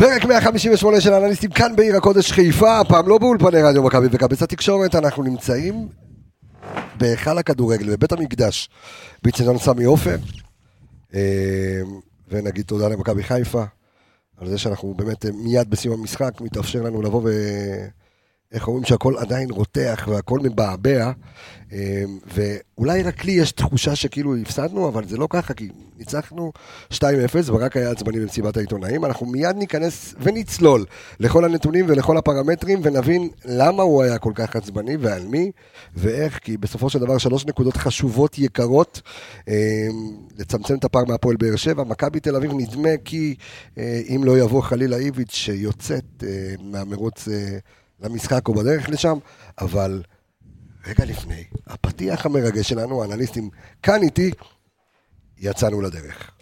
פרק 158 של האנליסטים כאן בעיר הקודש חיפה, הפעם לא באולפני רדיו מכבי וכבש התקשורת, אנחנו נמצאים בהיכל הכדורגל, בבית המקדש, באצטדיון סמי עופר, ונגיד תודה למכבי חיפה, על זה שאנחנו באמת מיד בסיום המשחק, מתאפשר לנו לבוא איך אומרים שהכל עדיין רותח והכל מבעבע, ואולי רק לי יש תחושה שכאילו הפסדנו, אבל זה לא ככה, כי ניצחנו 2-0, ורק היה עצבני במסיבת העיתונאים. אנחנו מיד ניכנס ונצלול לכל הנתונים ולכל הפרמטרים, ונבין למה הוא היה כל כך עצבני ועל מי, ואיך, כי בסופו של דבר 3 נקודות חשובות יקרות, לצמצם את הפער מהפועל באר שבע. מכבי תל אביב נדמה כי אם לא יבוא חלילה איביץ' שיוצאת מהמרוץ למשחק או בדרך לשם, אבל רגע לפני, הפתיח המרגש שלנו, האנליסטים כאן איתי, יצאנו לדרך.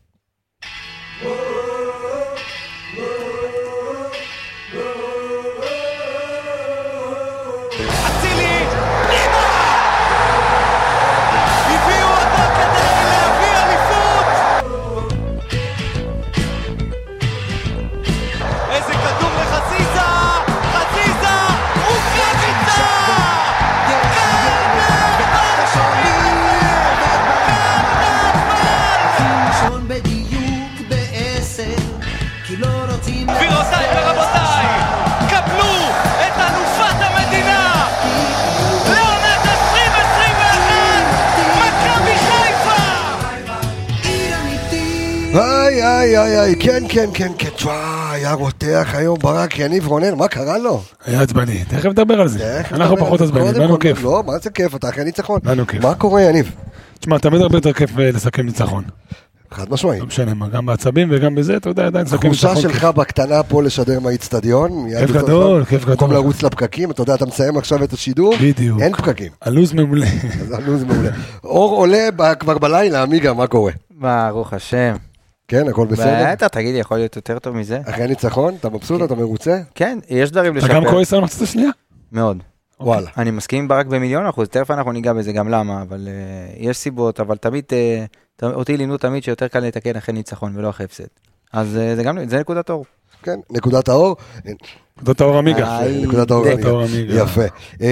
כן, תשמע, היה רותח היום ברק, יניב רונן, מה קרה לו? היה עצבני, תכף נדבר על זה, אנחנו פחות עצבני, לנו כיף. לא, מה זה כיף, אתה אחרי ניצחון. לנו כיף. מה קורה, יניב? תשמע, תמיד הרבה יותר כיף לסכם ניצחון. חד משמעית. לא משנה מה, גם בעצבים וגם בזה, אתה יודע, עדיין סכם ניצחון. החושה שלך בקטנה פה לשדר מהאצטדיון. כיף גדול, כיף גדול. במקום לרוץ לפקקים, אתה יודע, אתה מסיים עכשיו את השידור. בדיוק. אין פקקים. הלוז מעולה. הלוז מעולה. אור עולה כבר בלילה, אמיגה, מה קורה? ברוך השם. כן, הכל בסדר? בטח, תגיד, יכול להיות יותר טוב מזה? אחרי ניצחון, אתה מבסוט, אתה מרוצה? כן, יש דברים לשפר. אתה גם כועס על המחצית השנייה? מאוד. וואלה. אני מסכים ברק ב1,000,000%, תכף אנחנו ניגע בזה גם למה, אבל יש סיבות, אבל תמיד, אותי לימדו תמיד שיותר קל לתקן אחרי ניצחון ולא אחרי הפסד. אז זה נקודת אור. כן, נקודת האור. נקודת האור עמיגה. נקודת האור עמיגה. יפה.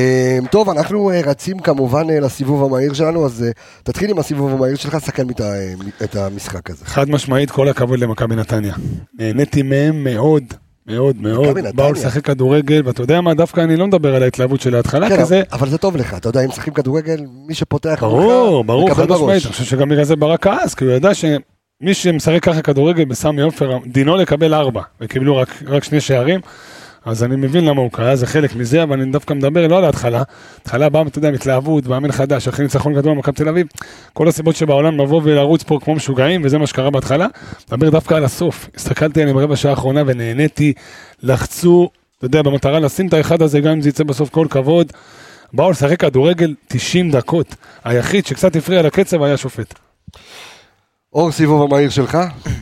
טוב, אנחנו רצים כמובן לסיבוב המהיר שלנו, אז תתחיל עם הסיבוב המהיר שלך, סכם את המשחק הזה. חד משמעית, כל הכבוד למכבי נתניה. נהניתי מהם מאוד. מאוד מאוד, באו לשחק כדורגל, ואתה יודע מה, דווקא אני לא מדבר על ההתלהבות של ההתחלה, כן, כזה... אבל זה טוב לך, אתה יודע, אם שחקים כדורגל, מי שפותח... ברור, חד משמעית, אני חושב שגם בגלל זה ברק כעס, כי הוא ידע שמי שמשחק ככה כדורגל בסמי עופר, דינו לקבל 4, וקיבלו רק 2 שערים, אז אני מבין למה הוא קרה, זה חלק מזה, אבל אני דווקא מדבר לא על ההתחלה, התחלה באה, אתה יודע, מתלהבות, מאמן חדש, אחרי ניצחון גדול במכבי תל אביב, כל הסיבות שבעולם לבוא ולרוץ פה כמו משוגעים, וזה מה שקרה בהתחלה, מדבר דווקא על הסוף, הסתכלתי עליהם ברבע שעה האחרונה ונהניתי, לחצו, אתה יודע, במטרה לשים את האחד הזה, גם אם זה יצא בסוף כל כבוד, באו לשחק כדורגל 90 דקות, היחיד שקצת הפריע לקצב היה שופט. אור, סיבוב המהיר שלך?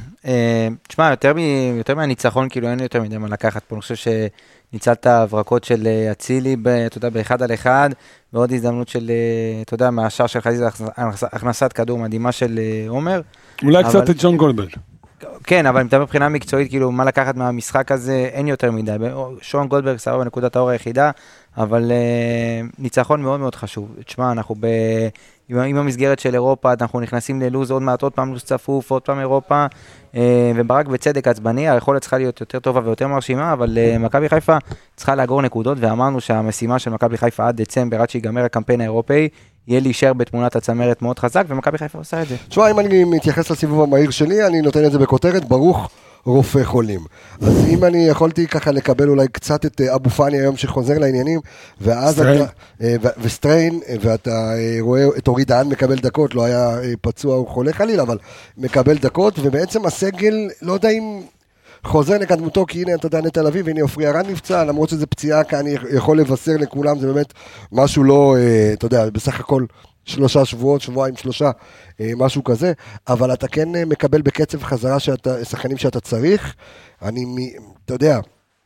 תשמע, יותר מהניצחון, כאילו אין יותר מדי מה לקחת פה, אני חושב שניצלת הברקות של אצילי, אתה יודע, באחד על אחד, ועוד הזדמנות של, אתה יודע, מהשאר של חזיזה, הכנסת כדור מדהימה של עומר. אולי קצת את ג'ון גולדברג. כן, אבל אם אתה מבחינה מקצועית, כאילו, מה לקחת מהמשחק הזה, אין יותר מדי. שון גולדברג סבבה בנקודת האור היחידה, אבל ניצחון מאוד מאוד חשוב. תשמע, אנחנו עם המסגרת של אירופה, אנחנו נכנסים ללוז עוד מעט, עוד פעם לוז צפוף, עוד פעם אירופה, וברק בצדק עצבני, היכולת צריכה להיות יותר טובה ויותר מרשימה, אבל מכבי חיפה צריכה לאגור נקודות, ואמרנו שהמשימה של מכבי חיפה עד דצמבר, עד שיגמר הקמפיין האירופאי, יהיה להישאר בתמונת הצמרת מאוד חזק, ומכבי חיפה עושה את זה. תשמע, אם אני מתייחס לסיבוב המהיר שלי, אני נותן את זה בכותרת, ברוך רופא חולים. אז אם אני יכולתי ככה לקבל אולי קצת את אבו פאני היום שחוזר לעניינים, ואז וסטריין, ואתה רואה את אורי דהן מקבל דקות, לא היה פצוע או חולה חלילה, אבל מקבל דקות, ובעצם הסגל, לא יודע אם חוזר לקדמותו, כי הנה אתה יודע נטע לביא, והנה אופרי ארד נפצע, למרות שזה פציעה, כי אני יכול לבשר לכולם, זה באמת משהו לא, אתה יודע, בסך הכל 3 שבועות, 2-3, משהו כזה, אבל אתה כן מקבל בקצב חזרה שחקנים שאתה צריך, אתה יודע,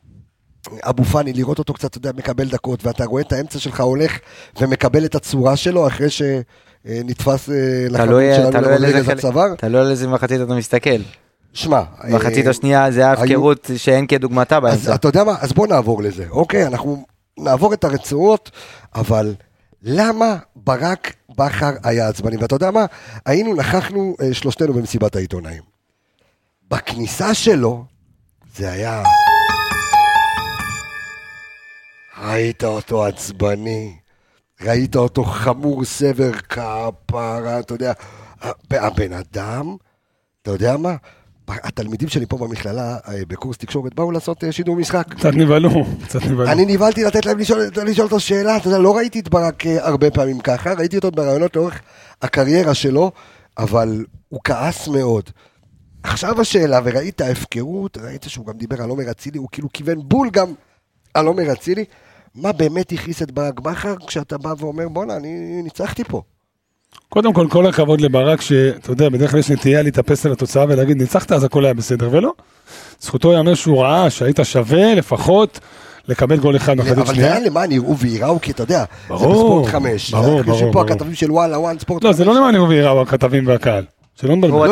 אבו פאני, לראות אותו קצת, אתה יודע, מקבל דקות, ואתה רואה את האמצע שלך הולך ומקבל את הצורה שלו, אחרי שנתפס לחלוט שלנו לרגז הצוואר. תלוי על איזה מחצית אתה מסתכל. שמע. מחצית השנייה זה ההפקרות שאין כדוגמתה באמצע. אז אתה יודע מה? אז בוא נעבור לזה, אוקיי? אנחנו נעבור את הרצועות, אבל למה ברק בכר היה עצבני? ואתה יודע מה? נכחנו שלושתנו במסיבת העיתונאים. בכניסה שלו, זה היה... ראית אותו עצבני, ראית אותו חמור סבר כפרה, אתה יודע, הבן אדם, אתה יודע מה? התלמידים שלי פה במכללה, בקורס תקשורת, באו לעשות שידור משחק. קצת נבלו. אני ניבלתי לתת להם לשאול אותו שאלה, אתה יודע, לא ראיתי את ברק הרבה פעמים ככה, ראיתי אותו ברעיונות לאורך הקריירה שלו, אבל הוא כעס מאוד. עכשיו השאלה, וראית ההפקרות, ראית שהוא גם דיבר על עומר אצילי, הוא כאילו כיוון בול גם על עומר אצילי, מה באמת הכניס את ברק בכר כשאתה בא ואומר, בונה, אני ניצחתי פה. קודם כל הכבוד לברק, שאתה יודע, בדרך כלל יש נטייה להתאפס על התוצאה ולהגיד, ניצחת, אז הכל היה בסדר, ולא. זכותו יאמר שהוא ראה שהיית שווה לפחות לקבל גול אחד מחצית שנייה. אבל זה היה למען יראו ויראו, כי אתה יודע, זה בספורט 5. ברור. יושבים פה הכתבים של וואלה, וואן ספורט 5. לא, זה לא למען יראו ויראו, הכתבים והקהל. שלא נבלבל,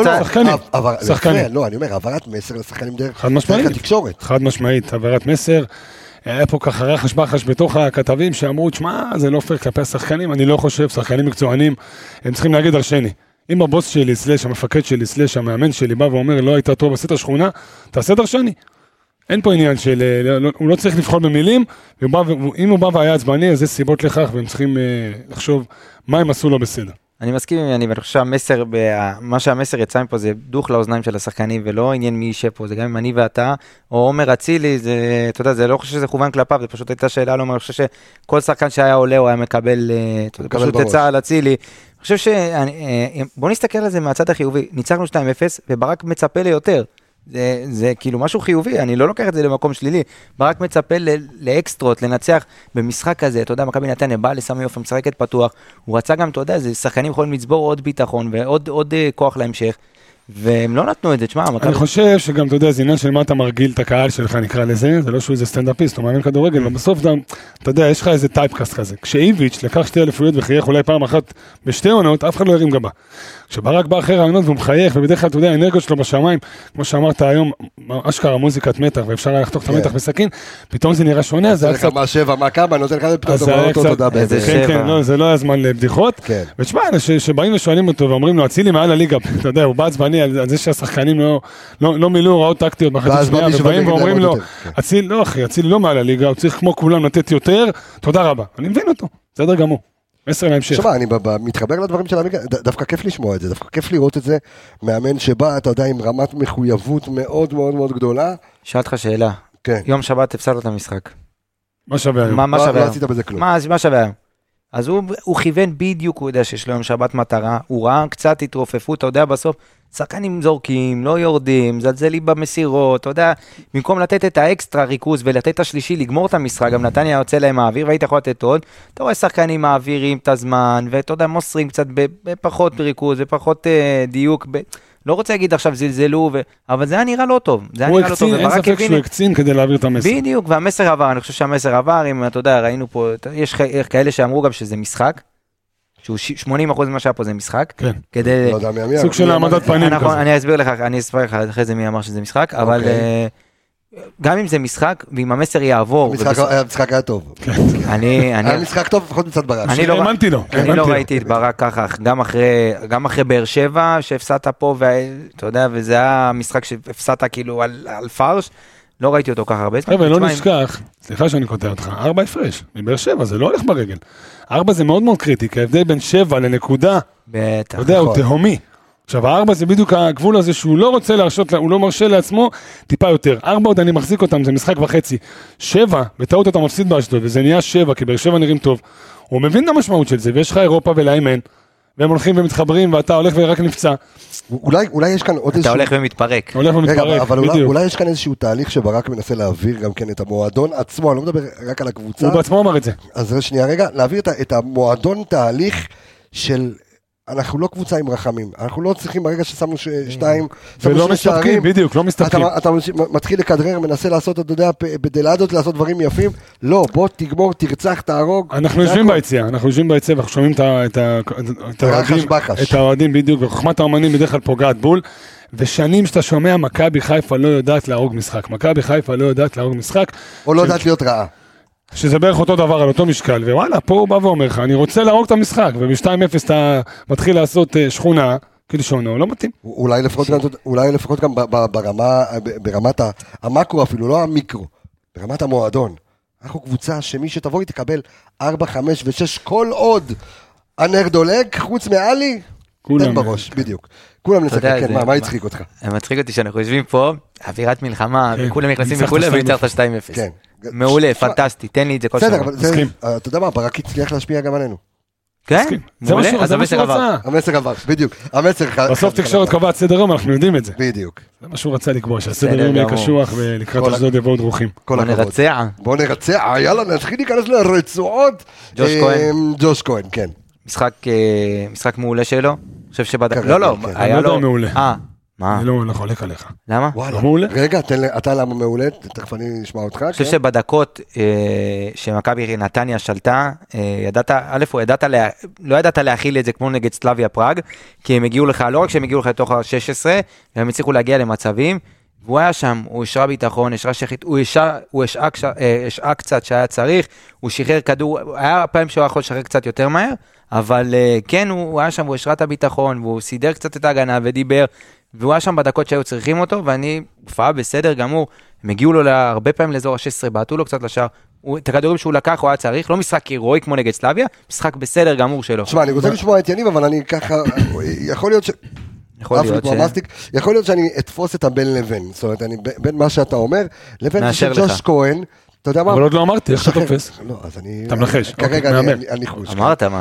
שחקנים. לא, אני אומר, העברת מסר לשחקנים דרך התקשורת. חד משמעית, העברת מסר. היה פה ככה רחש בתוך הכתבים שאמרו, תשמע, זה לא פייר כלפי השחקנים, אני לא חושב, שחקנים מקצוענים, הם צריכים להגיד דרשני. אם הבוס שלי, סלש, המפקד שלי, סלש, המאמן שלי, בא ואומר, לא היית טוב, עשית שכונה, תעשה דרשני. אין פה עניין של, הוא לא צריך לבחון במילים, אם הוא בא והיה עצבני, אז יש סיבות לכך, והם צריכים לחשוב מה הם עשו לו בסדר. אני מסכים עם אני חושב שהמסר, מה שהמסר יצא מפה זה דוח לאוזניים של השחקנים, ולא עניין מי יישב פה, זה גם אם אני ואתה, או עומר אצילי, זה, אתה יודע, זה לא חושב שזה חוון כלפיו, זה פשוט הייתה שאלה, לא אומר, אני חושב שכל שחקן שהיה עולה, הוא היה מקבל, פשוט יצא על אצילי, אני חושב בוא נסתכל על זה מהצד החיובי, ניצחנו 2-0, וברק מצפה ליותר, זה כאילו משהו חיובי, אני לא לוקח את זה למקום שלילי, ברק מצפה לאקסטרות, לנצח במשחק הזה, אתה יודע, מכבי נתניה בא לסמי אופן, משחקת פתוח, הוא רצה גם, אתה יודע, זה שחקנים יכולים לצבור עוד ביטחון, ועוד כוח להמשך, והם לא נתנו את זה, תשמע, אני חושב שגם, אתה יודע, זה עניין של מה אתה מרגיל את הקהל שלך, נקרא לזה, זה לא שהוא איזה סטנדאפיסט, הוא מאמן כדורגל, אבל בסוף אתה יודע, יש לך איזה טייפקאסט כזה, כשאיביץ' לקח 2 אליפויות וחייך אולי פעם אחת בשתי עונות, אף אחד לא ירים גבה. כשברק בא אחרי רעיונות והוא מחייך, ובדרך כלל, אתה יודע, האנרגיות שלו בשמיים, כמו שאמרת היום, אשכרה מוזיקת מתח, ואפשר היה לחתוך את המתח בסכין, פתאום זה נראה שונה, זה היה קצת... מה 7, מה כמה, נותן לך זה לא היה זמן לבדיחות. ותשמע, שבאים ושואלים אותו ואומרים לו, אצילי מעל הליגה, אתה יודע, הוא בא עצבני על זה שהשחקנים לא מילאו הוראות טקטיות מחצית שנייה, ובאים ואומרים לו, אצילי לא אחי, אצילי לא מעל הליגה, הוא צריך כמו כולם לתת יותר, תודה רבה. אני מבין אותו, בסדר גמור. מסר להמשך. שמע, אני מתחבר לדברים של עמיגה, דווקא כיף לשמוע את זה, דווקא כיף לראות את זה, מאמן שבא, אתה יודע, עם רמת מחויבות מאוד מאוד מאוד גדולה. שאלת לך שאלה. כן. יום שבת הפסדת את המשחק. מה שווה היום? מה שווה היום? לא עשית בזה כלום. מה שווה היום? אז הוא כיוון בדיוק, הוא יודע שיש לו יום שבת מטרה, הוא ראה קצת התרופפות, אתה יודע, בסוף, שחקנים זורקים, לא יורדים, זלזלים במסירות, אתה יודע, במקום לתת את האקסטרה ריכוז ולתת את השלישי, לגמור את המשחק, גם נתניה יוצא להם האוויר, והיית יכול לתת עוד, אתה רואה שחקנים מעבירים את הזמן, ואתה יודע, מוסרים קצת בפחות ריכוז, בפחות דיוק, לא רוצה להגיד עכשיו זלזלו, אבל זה היה נראה לא טוב. הוא הקצין, אין ספק שהוא הקצין כדי להעביר את המסר. בדיוק, והמסר עבר, אני חושב שהמסר עבר, אם אתה יודע, ראינו פה, יש כאלה שאמרו גם שזה משחק, שהוא 80% ממה שהיה פה זה משחק. כן. כדי... סוג של העמדת פנים כזה. אני אסביר לך אחרי זה מי אמר שזה משחק, אבל גם אם זה משחק, ואם המסר יעבור... המשחק היה טוב. היה משחק טוב, לפחות מצד ברק. אני לא ראיתי את ברק ככה, גם אחרי באר שבע, שהפסדת פה, ואתה יודע, וזה היה משחק שהפסדת כאילו על פרש, לא ראיתי אותו ככה הרבה. אבל לא נשכח, סליחה שאני קוטע אותך, 4 הפרש, מבאר שבע, זה לא הולך ברגל. 4 זה מאוד מאוד קריטי, כי ההבדל בין 7 לנקודה, אתה יודע, הוא תהומי. עכשיו, 4 זה בדיוק הגבול הזה שהוא לא רוצה להרשות, הוא לא מרשה לעצמו טיפה יותר. 4 עוד אני מחזיק אותם, זה משחק וחצי. 7, בטעות אתה מפסיד באשדוד, וזה נהיה 7, כי באר שבע נראים טוב. הוא מבין את המשמעות של זה, ויש לך אירופה ולאימן, והם הולכים ומתחברים, ואתה הולך ורק נפצע. אולי יש כאן עוד איזשהו... אתה הולך ומתפרק. רגע, אבל אולי יש כאן איזשהו תהליך שברק מנסה להעביר גם כן את המועדון עצמו, אני לא מדבר רק על הקבוצה. הוא בעצמו אמר את זה. אז שנייה רגע, להעביר את המועדון תהליך של אנחנו לא קבוצה עם רחמים, אנחנו לא צריכים ברגע ששמנו שתיים, ולא מסתפקים, בדיוק, לא מסתפקים. אתה מתחיל לכדרר, מנסה לעשות, אתה יודע, בדלדות לעשות דברים יפים, לא, בוא תגמור, תרצח, תהרוג. אנחנו יושבים ביציאה, ואנחנו שומעים את האוהדים בדיוק, וחוכמת האמנים בדרך כלל פוגעת בול, ושנים שאתה שומע, מכבי חיפה לא יודעת להרוג משחק, או לא יודעת להיות רעה. שזה בערך אותו דבר על אותו משקל, ווואלה, פה הוא בא ואומר לך, אני רוצה להרוג את המשחק, וב-2-0 אתה מתחיל לעשות שכונה, כלשונו, לא מתאים. אולי לפחות גם ברמת המקרו אפילו, לא המיקרו, ברמת המועדון. אנחנו קבוצה שמי שתבוא תקבל 4, 5 ו-6 כל עוד הנר דולק, חוץ מעלי, תן בראש, בדיוק. כולם נשחק, כן, מה יצחיק אותך? מצחיק אותי שאנחנו יושבים פה, אווירת מלחמה, וכולם נכנסים וכולם, וניצחת 2-0. כן. מעולה, פנטסטי, תן לי את זה כל שבוע. אתה יודע מה, ברק הצליח להשפיע גם עלינו. כן? מעולה, אז המסר עבר. המסר עבר, בדיוק. בסוף תקשורת קבעת סדר יום, אנחנו יודעים את זה. בדיוק. זה מה שהוא רצה לקבוע, שהסדר יום יהיה קשוח ולקראת אשדוד יבואו דרוכים. בוא נרצע, יאללה, נתחיל להיכנס לרצועות. ג'וש כהן, כן. משחק מעולה שלו. חושב שבדק... לא, היה לו... מעולה. מה? אני לא חולק עליך. למה? לא מעולה. רגע, אתה למה מעולה? תכף אני אשמע אותך. אני חושב שבדקות שמכבי נתניה שלטה, לא ידעת להכיל את זה כמו נגד סלאביה פראג, כי הם הגיעו לך, לא רק שהם הגיעו לך לתוך ה-16, הם הצליחו להגיע למצבים, והוא היה שם, הוא השרה ביטחון, השרה שכית, הוא השעה קצת שהיה צריך, הוא שחרר כדור, היה פעמים שהוא יכול לשחרר קצת יותר מהר, אבל כן, הוא היה שם, הוא השרה את הביטחון, והוא סידר קצת את ההגנה ודיבר, והוא היה שם בדקות שהיו צריכים אותו, ואני הופעה בסדר גמור, הם הגיעו לו הרבה פעמים לאזור ה-16, בעטו לו קצת לשער, את הכדורים שהוא לקח, הוא היה צריך, לא משחק הירואי כמו נגד סלאביה, משחק בסדר גמור שלו. תשמע, אני רוצה לשמוע את יניב, אבל אני ככה, יכול להיות שאני אתפוס את הבן לבן, זאת אומרת, בין מה שאתה אומר, לבין ג'וש כהן, אתה יודע מה? אבל עוד לא אמרתי, איך אתה תופס? לא, אז אני... אתה מנחש. כרגע אני חוש. אמרת מה?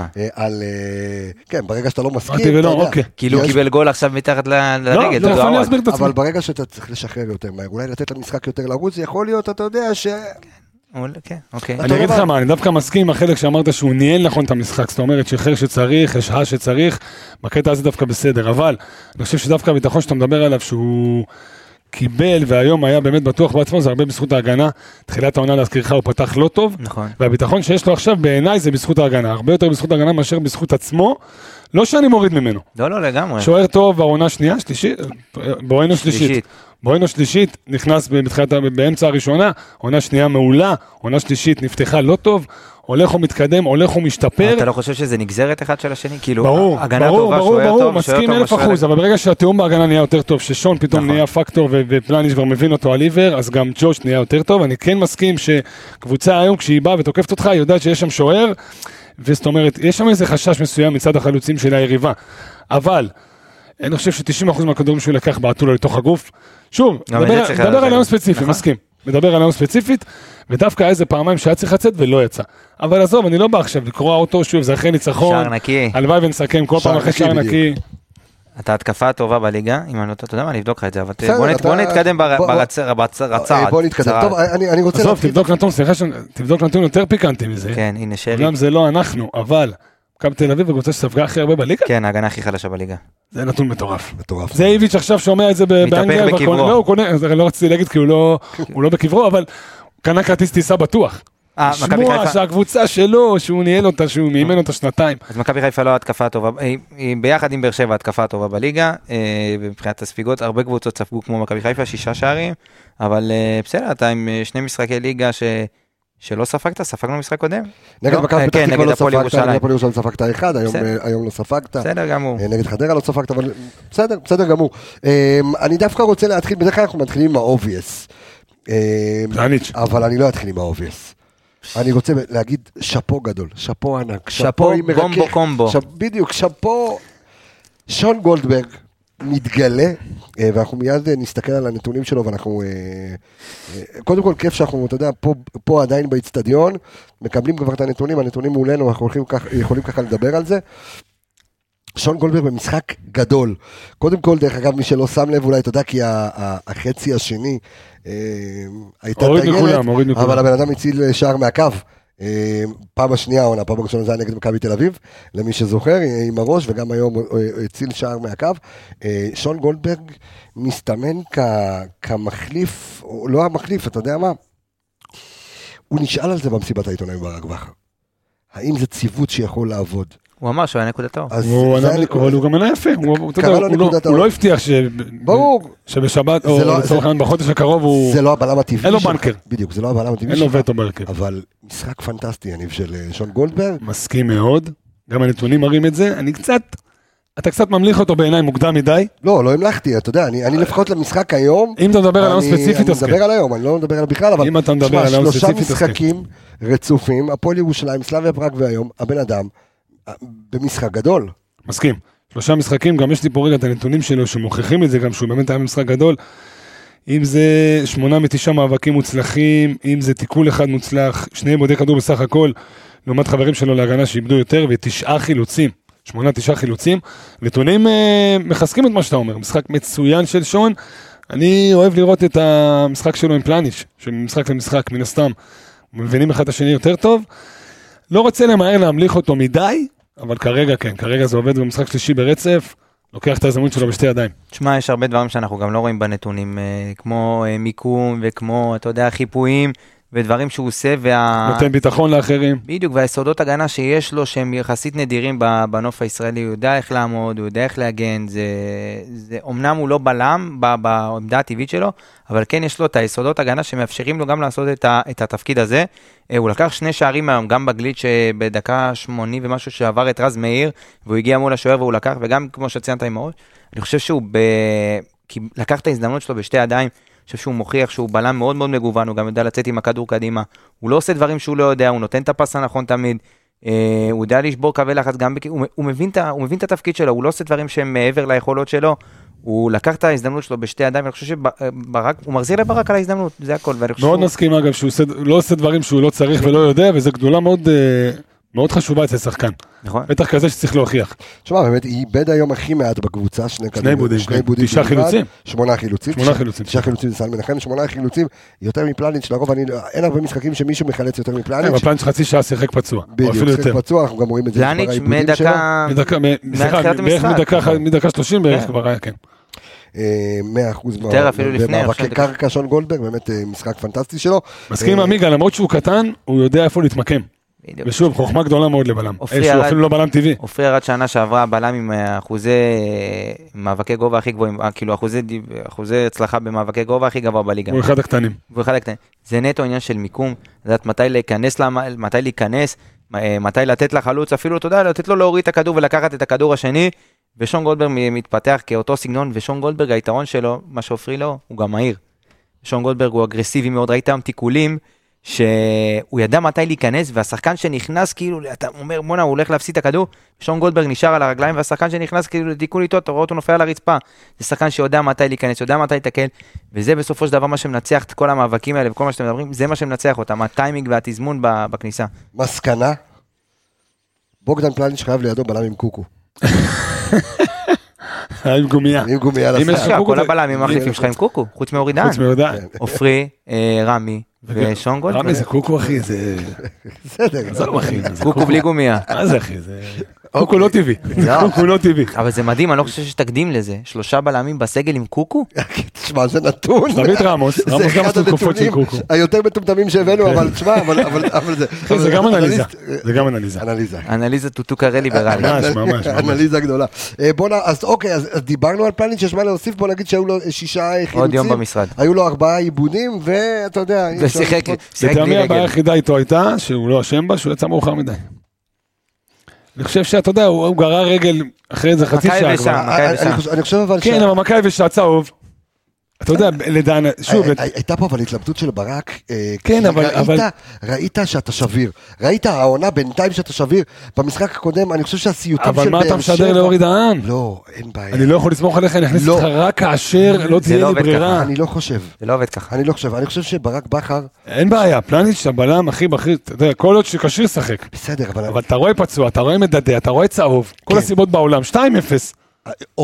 כן, ברגע שאתה לא מסכים, אתה יודע. כאילו קיבל גול עכשיו מתחת לנגד. לא, אני אסביר את עצמי. אבל ברגע שאתה צריך לשחרר יותר מהר, אולי לתת למשחק יותר לרוץ, זה יכול להיות, אתה יודע ש... אני אגיד לך מה, אני דווקא מסכים עם החלק שאמרת שהוא ניהל נכון את המשחק, זאת אומרת שחרר שצריך, השעה שצריך, בקטע הזה דווקא בסדר, אבל אני חושב שדווקא הביטחון שאתה מדבר עליו שהוא קיבל והיום היה באמת בטוח בעצמו, זה הרבה בזכות ההגנה, תחילת העונה להזכירך הוא פתח לא טוב, והביטחון שיש לו עכשיו בעיניי זה בזכות ההגנה, הרבה יותר בזכות ההגנה מאשר בזכות עצמו, לא שאני מוריד ממנו. לא, לגמרי. שוער טוב, העונה שנייה, שלישית, בואינו שלישית, נכנס באמצע הראשונה, עונה שנייה מעולה, עונה שלישית נפתחה לא טוב, הולך ומתקדם, הולך ומשתפר. אתה לא חושב שזה נגזרת אחד של השני? ברור, מסכים 1000%, אבל ברגע שהתיאום בהגנה נהיה יותר טוב, ששון פתאום נהיה פקטור ופלניש כבר מבין אותו על עיוור, אז גם ג'וש נהיה יותר טוב, אני כן מסכים שקבוצה היום כשהיא באה ותוקפת אותך, היא יודעת שיש שם שוער, וזאת אומרת, יש שם איזה חשש מסוים מצד החלוצים של היריבה, אבל אני חושב ש90% מהכדורים שהוא לקח בעטו לו לתוך הגוף. שוב, מדבר על היום ספציפי, מסכים. מדבר על היום ספציפית, ודווקא איזה פעמיים שהיה צריך לצאת ולא יצא. אבל עזוב, אני לא בא עכשיו לקרוא אותו שוב, זה אחרי ניצחון. שער נקי. הלוואי ונסכם כל פעם אחרי שער נקי. אתה התקפה טובה בליגה, אם אני לא יודע מה, אני אבדוק לך את זה, אבל בוא נתקדם ברצעת. בוא נתקדם, טוב, אני רוצה... עזוב, תבדוק נתון יותר פיקנטי מזה. כן, הנה שרי. גם זה לא אנחנו, אבל... מכבי תל אביב וקבוצה שספגה הכי הרבה בליגה? כן, ההגנה הכי חלשה בליגה. זה נתון מטורף. זה איביץ' עכשיו שומע את זה באנגליה. מתהפך בקברו. לא רציתי להגיד כי הוא לא בקברו, אבל קנה כרטיס טיסה בטוח. שמוע שהקבוצה שלו, שהוא ניהל אותה, שהוא מאימן אותה שנתיים. אז מכבי חיפה לא התקפה טובה, ביחד עם באר שבע התקפה טובה בליגה, מבחינת הספיגות, הרבה קבוצות ספגו כמו מכבי חיפה, 6 שערים, אבל בסדר, אתה עם 2 משחקי ליגה שלא ספגת, ספגנו משחק קודם? נגד מכבי פתח תקווה לא ספגת, נגד הפועל ירושלים ספגת 1, היום לא ספגת. בסדר גמור. נגד חדרה לא ספגת, אבל בסדר גמור. אני דווקא רוצה להתחיל, בדרך כלל אנחנו מתחילים עם ה-obvious. אבל אני לא אתחיל עם ה-obvious. אני רוצה להגיד שפו גדול, שפו ענק, שפו בומבו קומבו. בדיוק, שפו שון גולדברג. מתגלה, ואנחנו מיד נסתכל על הנתונים שלו, ואנחנו, קודם כל כיף שאנחנו, אתה יודע, פה עדיין באצטדיון, מקבלים כבר את הנתונים מולנו, אנחנו יכולים ככה לדבר על זה. שון גולדברג במשחק גדול. קודם כל, דרך אגב, מי שלא שם לב, אולי אתה יודע, כי החצי השני הייתה טיילת, אבל הבן אדם הציל שער מהקו. פעם השנייה העונה, פעם הראשונה זה היה נגד מכבי תל אביב, למי שזוכר, עם הראש, וגם היום הציל שער מהקו. שון גולדברג מסתמן כמחליף, או לא המחליף, אתה יודע מה? הוא נשאל על זה במסיבת העיתונאים ברק בכר. האם זה ציוות שיכול לעבוד? הוא אמר שהוא היה נקודת האור. אבל הוא גם היה יפה, הוא לא הבטיח שבשבת, או לצורך העניין בחודש הקרוב, זה לא הבלם הטבעי. אין לו בנקר. בדיוק, זה לא הבלם הטבעי. אין לו וטו בנקר. אבל משחק פנטסטי, אני של שון גולדברג. מסכים מאוד, גם הנתונים מראים את זה, אתה קצת ממליך אותו בעיניי מוקדם מדי. לא המלכתי, אתה יודע, אני לפחות למשחק היום. אם אתה מדבר על היום ספציפית, אני מדבר על היום, אני לא מדבר על בכלל, אבל אם אתה מדבר על היום ספציפית, שלושה משחקים רצופים, הפועל ירושלים, סלאביה פראג והיום, הבן אדם, במשחק גדול. מסכים. 3 משחקים, גם יש לי פה רגע את הנתונים שלו, שמוכיחים את זה גם שהוא באמת היה במשחק גדול. אם זה 8 מ-9 מאבקים מוצלחים, אם זה תיקול אחד מוצלח, 2 בודי כדור בסך הכל, לעומת חברים שלו להגנה שאיבדו יותר, ו9 חילוצים. 8-9 חילוצים, נתונים מחזקים את מה שאתה אומר, משחק מצוין של שון, אני אוהב לראות את המשחק שלו עם פלניש, של משחק למשחק, מן הסתם, מבינים אחד השני יותר טוב, לא רוצה למהר להמליך אותו מדי, אבל כרגע כן, כרגע זה עובד במשחק שלישי ברצף, לוקח את הזמנות שלו בשתי ידיים. תשמע, יש הרבה דברים שאנחנו גם לא רואים בנתונים, כמו מיקום וכמו, אתה יודע, חיפויים, ודברים שהוא עושה, נותן ביטחון לאחרים. בדיוק, והיסודות הגנה שיש לו, שהם יחסית נדירים בנוף הישראלי, הוא יודע איך לעמוד, הוא יודע איך להגן, אומנם הוא לא בלם בעמדה הטבעית שלו, אבל כן יש לו את היסודות הגנה שמאפשרים לו גם לעשות את התפקיד הזה. הוא לקח 2 שערים היום, גם בגליץ' בדקה 80 ומשהו שעבר את רז מאיר, והוא הגיע מול השוער והוא לקח, וגם כמו שציינת עם הראש, אני חושב שהוא לקח את ההזדמנות שלו בשתי ידיים, אני חושב שהוא מוכיח שהוא בלם מאוד מאוד מגוון, הוא גם יודע לצאת עם הכדור קדימה, הוא לא עושה דברים שהוא לא יודע, הוא נותן את הפס הנכון תמיד, הוא יודע לשבור קווי לחץ, הוא מבין את התפקיד שלו, הוא לא עושה דברים שהם מעבר ליכולות שלו, הוא לקח את ההזדמנות שלו בשתי ידיים, ואני חושב שברק, הוא מחזיר לברק על ההזדמנות, זה הכל. מאוד מסכים אגב, שהוא לא עושה דברים שהוא לא צריך ולא יודע, וזו גדולה מאוד חשובה אצל שחקן. נכון. בטח כזה שצריך להוכיח. תשמע, באמת, היא איבד היום הכי מעט בקבוצה, 2 בודים, 9 חילוצים. 8 חילוצים. 9 חילוצים זה סל מנחם, 8 חילוצים, יותר מפלניץ', לרוב אין הרבה משחקים שמישהו מחלץ יותר מפלניץ'. אבל פלניץ' חצי שעה שיחק פצוע. בדיוק, שיחק פצוע, אנחנו גם רואים את זה. פלניץ' מדקה 30 בערך כבר היה, כן. 100% במאבקי קרקע, שון גולדברג, באמת משחק פנטסטי שלו. מסכים עם עמיגה, למרות שהוא קטן, הוא יודע איפה להתמקם. ושוב, חוכמה גדולה מאוד לבלם. שהוא אפילו לא בלם טבעי. אופרי ירד שנה שעברה בלם עם אחוזי מאבקי גובה הכי גבוהים, כאילו אחוזי הצלחה במאבקי גובה הכי גבוה בליגה. הוא אחד הקטנים. זה נטו עניין של מיקום, לדעת מתי להיכנס, מתי לתת לחלוץ, אפילו אתה יודע, לתת לו להוריד את הכדור ולקחת את הכדור השני, ושון גולדברג מתפתח כאותו סגנון, ושון גולדברג היתרון שלו, מה שאופרי לו, הוא גם מהיר. שון גולדברג הוא אגרסיבי מאוד, ראית היום תיקולים, שהוא ידע מתי להיכנס, והשחקן שנכנס, כאילו, אתה אומר, מונה, הוא הולך להפסיד את הכדור, שון גולדברג נשאר על הרגליים, והשחקן שנכנס, כאילו, לתיקול איתו, אתה רואה אותו נופל על הרצפה. זה שחקן שיודע מתי להיכנס, יודע מתי להתקל, וזה בסופו של דבר מה שמנצח את כל המאבקים האלה, וכל מה שאתם מדברים, זה מה שמנצח אותם, הטיימינג והתזמון בכניסה. מסקנה, בוגדן פלניץ' חייב לידו בלם עם קוקו. עם גומיה. עם גומיה לסך. כל הבלמים מחליפים שלך עם קוקו, חוץ מאורידן. עופרי, רמי ושון גולדברג. רמי זה קוקו אחי, זה... בסדר. זה לא אחי. קוקו בלי גומיה. מה זה אחי? זה... קוקו לא טבעי. קוקו לא טבעי. אבל זה מדהים, אני לא חושב שתקדים לזה. 3 בלמים בסגל עם קוקו? תשמע, זה נתון. דוד רמוס גם עשו תקופות של קוקו. היותר מטומטמים שהבאנו, אבל תשמע, אבל זה... זה גם אנליזה. זה גם אנליזה. אנליזה טוטוקה ליברלי. ממש. אנליזה גדולה. בוא אז אוקיי, אז דיברנו על פלניץ' שיש מה להוסיף, בוא נגיד שהיו לו 6 חילוצים. עוד יום במשרד. היו לו 4 עיבודים, ואתה יודע... ושיחק לטעמי הבעיה היחידה איתו הייתה, שהוא לא אשם בה, שהוא יצא מאוחר מדי. אני חושב שאתה יודע, הוא גרר רגל אחרי איזה חצי שעה כבר. אני חושב אבל כן, אבל מכבי ושעה צהוב. אתה יודע, לדען, שוב... הייתה פה אבל התלבטות של ברק, כן, אבל... ראית שאתה שביר, ראית העונה בינתיים שאתה שביר, במשחק הקודם, אני חושב שהסיוטים של... אבל מה אתה משדר לאורי דהן? לא, אין בעיה. אני לא יכול לסמוך עליך, אני אכניס אותך רק כאשר לא תהיה לי ברירה. אני לא חושב. זה לא עובד ככה. אני חושב שברק בכר... אין בעיה, פלניץ' הבלם הכי בכיר, אתה יודע, כל עוד שקשיר שחק. בסדר, אבל אתה רואה פצוע, אתה רואה מדדה, אתה רואה צהוב, כל הסיבות בעולם, 2-0.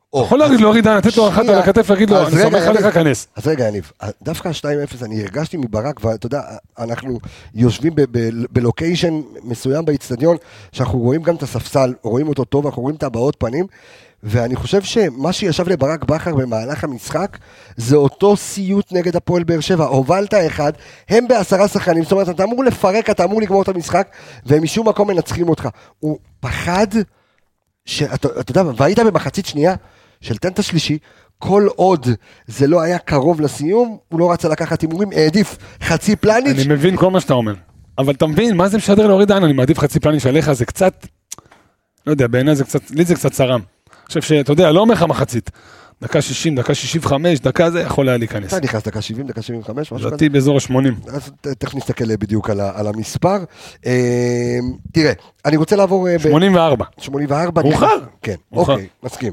יכול להוריד דן, לתת לו אחת על הכתף, להגיד לו, אני סומך עליך כנס. אז רגע, יניב, דווקא 2-0, אני הרגשתי מברק, ואתה יודע, אנחנו יושבים בלוקיישן מסוים באצטדיון, שאנחנו רואים גם את הספסל, רואים אותו טוב, אנחנו רואים את הבעות פנים, ואני חושב שמה שישב לברק בכר במהלך המשחק, זה אותו סיוט נגד הפועל באר שבע, הובלת אחד, הם ב10 שחקנים, זאת אומרת, אתה אמור לפרק, אתה אמור לגמור את המשחק, והם משום מקום מנצחים אותך. הוא פחד, אתה יודע, והיית במחצית שנייה, של תן את השלישי, כל עוד זה לא היה קרוב לסיום, הוא לא רצה לקחת הימורים, העדיף חצי פלניץ'. אני מבין כל מה שאתה אומר, אבל אתה מבין, מה זה משדר להוריד דן, אני מעדיף חצי פלניץ' עליך, זה קצת, לא יודע, בעיניי זה קצת, לי זה קצת צרם. אני חושב שאתה יודע, לא אומר לך מחצית, דקה 60, דקה 65, דקה זה יכול היה להיכנס. אתה נכנס דקה 70, דקה 75, משהו כזה? לדעתי באזור ה-80. אז תכף נסתכל בדיוק על המספר. תראה, אני רוצה לעבור... 84. 84. מאוחר. כן, אוקיי, מסכים.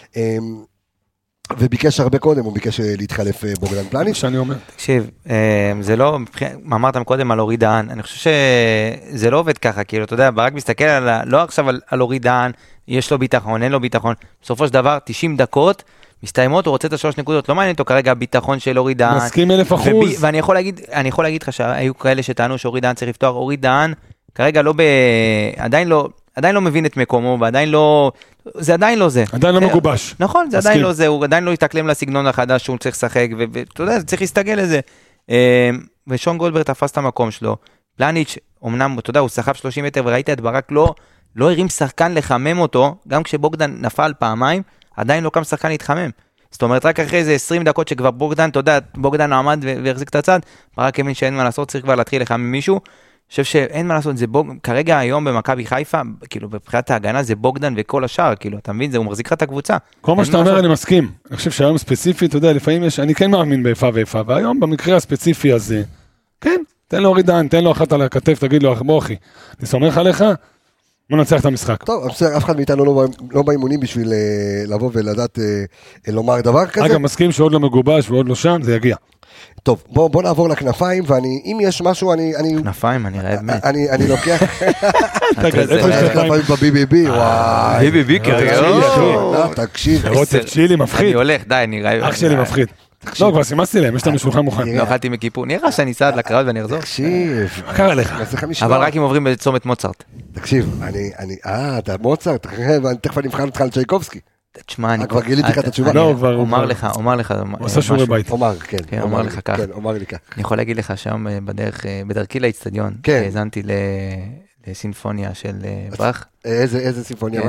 וביקש הרבה קודם, הוא ביקש להתחלף בוגדן פלניץ'. שאני אומר. תקשיב, זה לא, אמרת מקודם על אורי דהן, אני חושב שזה לא עובד ככה, כאילו, אתה יודע, ברק מסתכל לא עכשיו על אורי דהן, יש לו ביטחון, אין לו ביטחון, בסופו של דבר, 90 דקות, מסתיימות, הוא רוצה את 3 נקודות, לא מעניין אותו כרגע הביטחון של אורי דהן. מסכים 1000%. ואני יכול להגיד לך שהיו כאלה שטענו שאורי דהן צריך לפתוח, אורי דהן, כרגע עדיין לא מבין את מקומו, ועדיין לא, זה עדיין לא זה. עדיין לא מגובש. נכון, זה עדיין לא זה, הוא עדיין לא יתאקלם לסגנון החדש שהוא צריך לשחק, ואתה יודע, צריך להסתגל לזה. ושון גולדברג תפס את המקום שלו, פלניץ', אמנם, אתה יודע, הוא שחב 30 מטר, וראית את ברק לא הרים שחקן לחמם אותו, גם כשבוגדן נפל פעמיים, עדיין לא קם שחקן להתחמם. זאת אומרת, רק אחרי זה 20 דקות שכבר בוגדן, אתה יודע, בוגדן עמד והחזיק את הצד, ברק הבין שאין מה לעשות, צריך כבר להתחיל לחמם מישהו. אני חושב שאין מה לעשות, כרגע היום במכבי חיפה, כאילו בבחירת ההגנה זה בוגדן וכל השאר, כאילו, אתה מבין, הוא מחזיק לך את הקבוצה. כל מה שאתה אומר אני מסכים, אני חושב שהיום ספציפי, אתה יודע, לפעמים אני כן מאמין באיפה ואיפה, והיום במקרה הספציפי הזה, כן, תן לו אורי דהן, תן לו אחת על הכתף, תגיד לו, בוא אחי, אני סומך עליך, בוא נצח את המשחק. טוב, אף אחד מאיתנו לא באימונים בשביל לבוא ולדעת לומר דבר כזה. אגב, מסכים שעוד לא מגובש ועוד לא שם, זה יגיע. טוב, בוא נעבור לכנפיים, ואם יש משהו, כנפיים, אני רעב מת. אני לוקח... כנפיים ב-BBB, וואי. BBB כרגע. תקשיב. רוטב צ'ילי מפחיד. אני הולך, די, אני רעב. אח שלי מפחיד. לא, כבר סימסתי להם, יש לנו שולחן מוכן. לא אכלתי מכיפור, נראה שאני צעד לקרב ואני אחזור. תקשיב. מה קרה לך? אבל רק אם עוברים בצומת מוצרט. תקשיב, אתה מוצרט, תכף אני מבחן אותך על צ'ייקובסקי. תשמע, אני כבר גיליתי לך את התשובה. לא, כבר... אומר לך. הוא עשה שיעורי בית. אומר, כן. כן, אומר לך כך. כן, אומר לי כך. אני יכול להגיד לך שהיום בדרכי לאצטדיון, האזנתי לסימפוניה של ברך. איזה סימפוניה?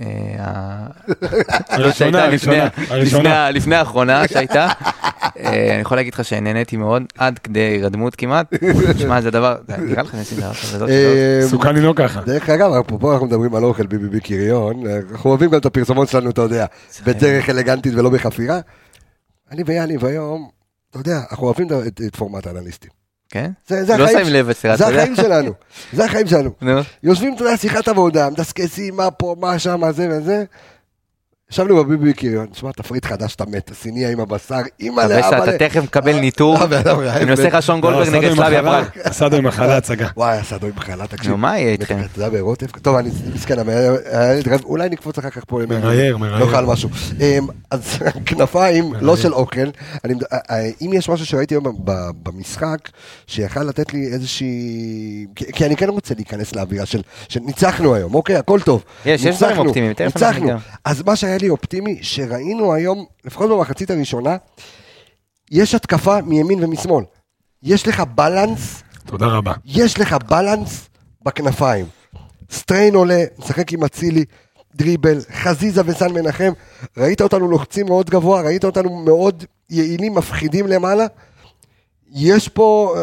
הראשונה. לפני האחרונה שהייתה. אני יכול להגיד לך שנהניתי מאוד, עד כדי רדמות כמעט. תשמע, זה דבר, נראה לך נשים דבר. סוכן לי לא ככה. דרך אגב, פה אנחנו מדברים על אוכל BBB קריון, אנחנו אוהבים גם את הפרסומות שלנו, אתה יודע, בדרך אלגנטית ולא בחפירה. אני ויאניב היום, אתה יודע, אנחנו אוהבים את פורמט האנליסטים. כן? לא שמים לב אצלך, זה החיים שלנו, זה החיים שלנו. יושבים, אתה יודע, שיחת עבודה, מדסקסים, מה פה, מה שם, מה זה וזה. ישבנו בביבי קיריון, תשמע, תפריט חדש, אתה מת, הסיניה עם הבשר, אימא לאבא. אתה תכף מקבל ניטור, אני עושה לך שון גולדברג נגד סלאביה פראג. אסדו עם מחלה הצגה. וואי, אסדו עם מחלה, תקשיב. נו, מה יהיה איתכם? אתה יודע, ברוטב, טוב, אני מסכן, אולי נקפוץ אחר כך פה. מרייר. לא חל משהו. אז כנפיים, לא של אוכל, אם יש משהו שראיתי היום במשחק, שיכל לתת לי איזושהי, כי אני כן רוצה להיכנס לאווירה של ניצחנו היום, אוקיי, הכל טוב. יש דברים אופטימיים, ניצחנו. אז מה שהיה לי אופטימי, שראינו היום, לפחות במחצית הראשונה, יש התקפה מימין ומשמאל. יש לך בלנס. תודה רבה. יש לך בלנס בכנפיים. סטריין עולה, משחק עם אצילי, דריבל, חזיזה וסן מנחם. ראית אותנו לוחצים מאוד גבוה, ראית אותנו מאוד יעילים, מפחידים למעלה. יש פה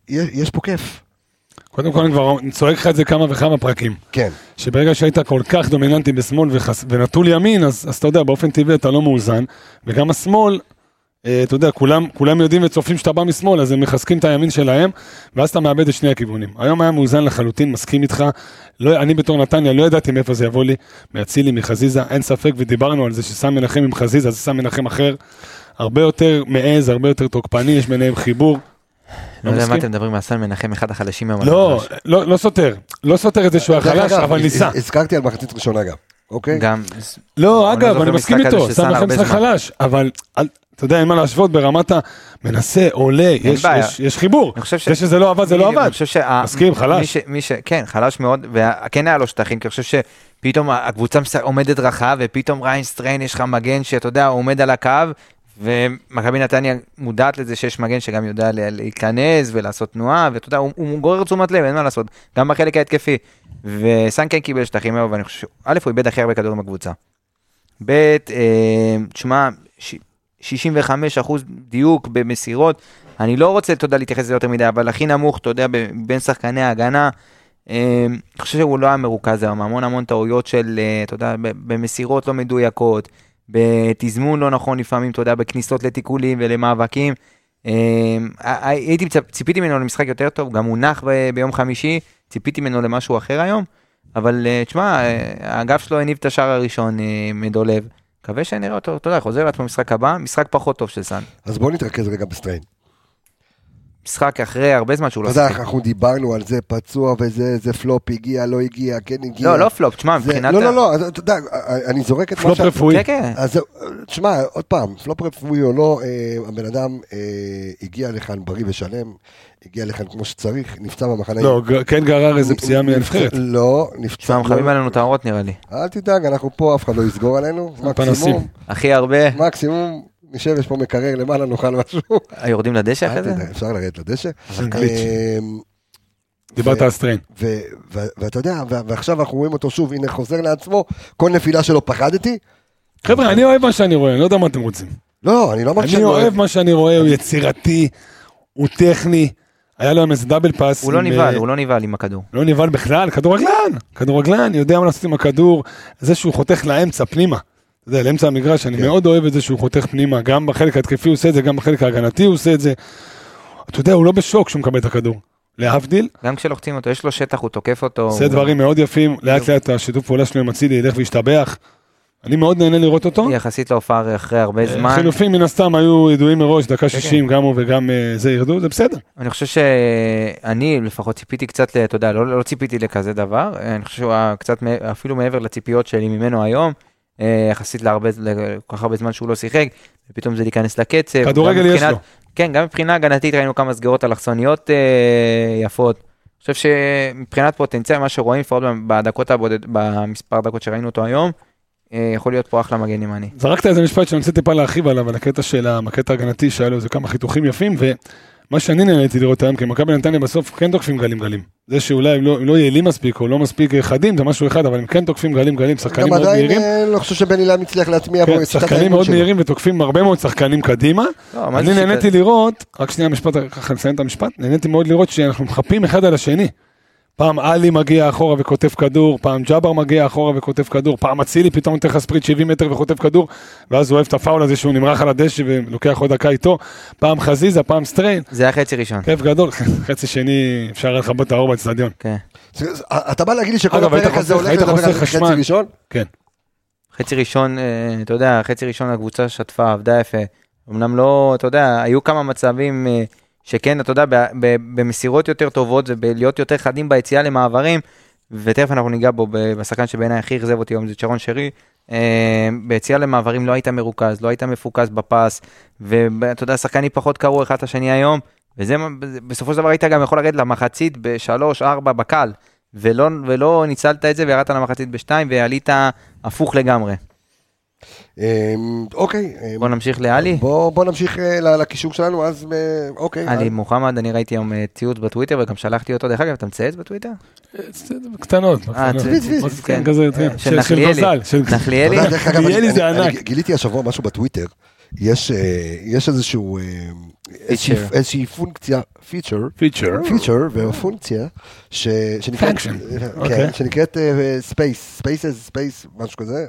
כיף. קודם כל אני כבר צועק לך את זה כמה וכמה פרקים. כן. שברגע שהיית כל כך דומיננטי בשמאל ונטול ימין, אז אתה יודע, באופן טבעי אתה לא מאוזן, וגם השמאל, אתה יודע, כולם יודעים וצופים שאתה בא משמאל, אז הם מחזקים את הימין שלהם, ואז אתה מאבד את שני הכיוונים. היום היה מאוזן לחלוטין, מסכים איתך, אני בתור נתניה לא ידעתי מאיפה זה יבוא לי, מאצילי, מחזיזה, אין ספק, ודיברנו על זה ששם מנחם עם חזיזה, זה שם מנחם אחר, הרבה יותר מעז, הרבה יותר תוקפני, יש ביניהם חיבור. לא יודע מה אתם מדברים מהסן מנחם אחד החלשים. לא סותר את זה שהוא החלש, אבל ניסה. הזכרתי על מחצית ראשונה גם. אוקיי? גם... לא, אגב, אני מסכים איתו, שם לכם משחק חלש, אבל אתה יודע, אין מה להשוות ברמת המנסה, עולה, יש חיבור. זה שזה לא עבד, זה לא עבד. מסכים, חלש. כן, חלש מאוד, וכן היה לו שטחים, כי אני חושב שפתאום הקבוצה עומדת רחב, ופתאום ריין סטריין, יש לך מגן שאתה יודע, הוא עומד על הקו, ומכבי נתניה מודעת לזה שיש מגן שגם יודע להיכנס ולעשות תנועה, ואתה יודע, הוא גורר תשומת לב, אין מה לעשות, גם בחלק ההתקפי. וסנקן קיבל שטחים מאוד, ואני חושב, א', הוא איבד הכי הרבה כדורים בקבוצה. ב', תשמע, 65% דיוק במסירות, אני לא רוצה, תודה, להתייחס לזה יותר מדי, אבל הכי נמוך, אתה יודע, בין שחקני ההגנה, אני חושב שהוא לא היה מרוכז, המון טעויות של, אתה יודע, במסירות לא מדויקות, בתזמון לא נכון לפעמים, אתה יודע, בכניסות לתיקולים ולמאבקים, ציפיתי ממנו למשחק יותר טוב, גם הוא נח ביום חמישי, ציפיתי ממנו למשהו אחר היום, אבל תשמע, האגף שלו הניב את השער הראשון מדולב, מקווה שנראה אותו, אתה יודע, חוזר לעצמו משחק הבא, משחק פחות טוב של סן. אז בואו נתרכז רגע בסטריין. משחק אחרי הרבה זמן שהוא לא שיחק. אנחנו דיברנו על זה, פצוע וזה, זה פלופ הגיע, לא הגיע, כן הגיע. לא פלופ, תשמע, מבחינת... לא, אתה יודע, אני זורק את פלופ רפואי. אז תשמע, עוד פעם, פלופ רפואי או לא, הבן אדם הגיע לכאן בריא ושלם, הגיע לכאן כמו שצריך, נפצע במחנה. לא, כן גרר איזה פציעה מהנבחרת. לא, נפצע. מחבים עלינו את האורות נראה לי. אל תדאג, אנחנו פה, אף אחד לא יסגור עלינו. מקסימום. הכי הרבה. מקסימום. נשב, יש פה מקרר למעלה, נאכל משהו. יורדים לדשא אחרי זה? אפשר לרדת לדשא. דיברת על סטריין. ואתה יודע, ועכשיו אנחנו רואים אותו שוב, הנה חוזר לעצמו, כל נפילה שלו פחדתי. חבר'ה, אני אוהב מה שאני רואה, אני לא יודע מה אתם רוצים. לא, אני לא אמרתי שאני אוהב מה שאני רואה, הוא יצירתי, הוא טכני, היה לו איזה דאבל פאס. הוא לא נבהל עם הכדור. לא נבהל בכלל, כדורגלן, יודע מה לעשות עם הכדור, זה שהוא חותך לאמצע, פנימה. אתה יודע, לאמצע המגרש, אני מאוד אוהב את זה שהוא חותך פנימה, גם בחלק ההתקפי הוא עושה את זה, גם בחלק ההגנתי הוא עושה את זה. אתה יודע, הוא לא בשוק שהוא מקבל את הכדור. להבדיל. גם כשלוחצים אותו, יש לו שטח, הוא תוקף אותו. עושה דברים מאוד יפים, לאט לאט השיתוף פעולה שלו עם אצילי ילך וישתבח. אני מאוד נהנה לראות אותו. יחסית להופעה אחרי הרבה זמן. חילופים מן הסתם היו ידועים מראש, דקה 60, גם הוא וגם זה ירדו, זה בסדר. אני חושב שאני לפחות ציפיתי קצת, אתה יודע, לא ציפיתי לכזה דבר, אני חושב שהוא קצת אפילו מעבר לציפיות שלי ממנו היום, יחסית לכל הרבה זמן שהוא לא שיחק, ופתאום זה להיכנס לקצב. כדורגל יש לו. כן, גם מבחינה הגנתית ראינו כמה סגירות אלכסוניות יפות. אני חושב שמבחינת פוטנציאל, מה שרואים לפחות במספר דקות שראינו אותו היום, יכול להיות פה אחלה מגן ימני. זרקת איזה משפט שאני רוצה טיפה להרחיב עליו, על הקטע של הקטע ההגנתי, שהיה לו איזה כמה חיתוכים יפים, ומה שאני נהניתי לראות היום, כי מכבי נתניה בסוף כן תוקפים גלים. זה שאולי הם לא יעילים מספיק, או לא מספיק חדים, זה משהו אחד, אבל הם כן תוקפים גלים, שחקנים מאוד מהירים. גם עדיין לא חושב שבן אילם מצליח להטמיע בו את שיטת האימון שלו. שחקנים מאוד מהירים ותוקפים הרבה מאוד שחקנים קדימה. אני נהניתי לראות, רק שנייה משפט, ככה לסיים את המשפט, נהניתי מאוד לראות שאנחנו מחפים אחד על השני. פעם אלי מגיע אחורה וכותב כדור, פעם ג'אבר מגיע אחורה וכותב כדור, פעם אצילי פתאום נותן לך ספריט 70 מטר וכותב כדור, ואז הוא אוהב את הפאול הזה שהוא נמרח על הדשא ולוקח עוד דקה איתו, פעם חזיזה, פעם סטריין. זה היה חצי ראשון. כיף גדול, חצי שני אפשר לחבות את האור באצטדיון. כן. אתה בא להגיד לי שכל הפרק הזה הולך לדבר על חצי ראשון? כן. חצי ראשון, אתה יודע, חצי ראשון הקבוצה שטפה, עבדה יפה. אמנם לא, אתה יודע, היו כמה מצבים שכן, אתה יודע, במסירות יותר טובות, ובלהיות יותר חדים ביציאה למעברים, ותכף אנחנו ניגע בו, בשחקן שבעיניי הכי אכזב אותי היום, זה צ'רון שרי, ביציאה למעברים לא היית מרוכז, לא היית מפוקס בפס, ואתה יודע, שחקנים פחות קרו אחד השני היום, וזה, בסופו של דבר היית גם יכול לרדת למחצית ב3-4 בקל, ולא ניצלת את זה, וירדת למחצית ב2, ועלית הפוך לגמרי. אוקיי. בוא נמשיך לאלי. בוא נמשיך לקישור שלנו, אז אוקיי. אלי מוחמד, אני ראיתי היום ציוץ בטוויטר, וגם שלחתי אותו, דרך אגב, אתה מצייץ בטוויטר? קטנות. של נחליאלי. נחליאלי זה ענק. גיליתי השבוע משהו בטוויטר, יש איזושהי פונקציה, פיצ'ר, ופונקציה, שנקראת ספייס, משהו כזה,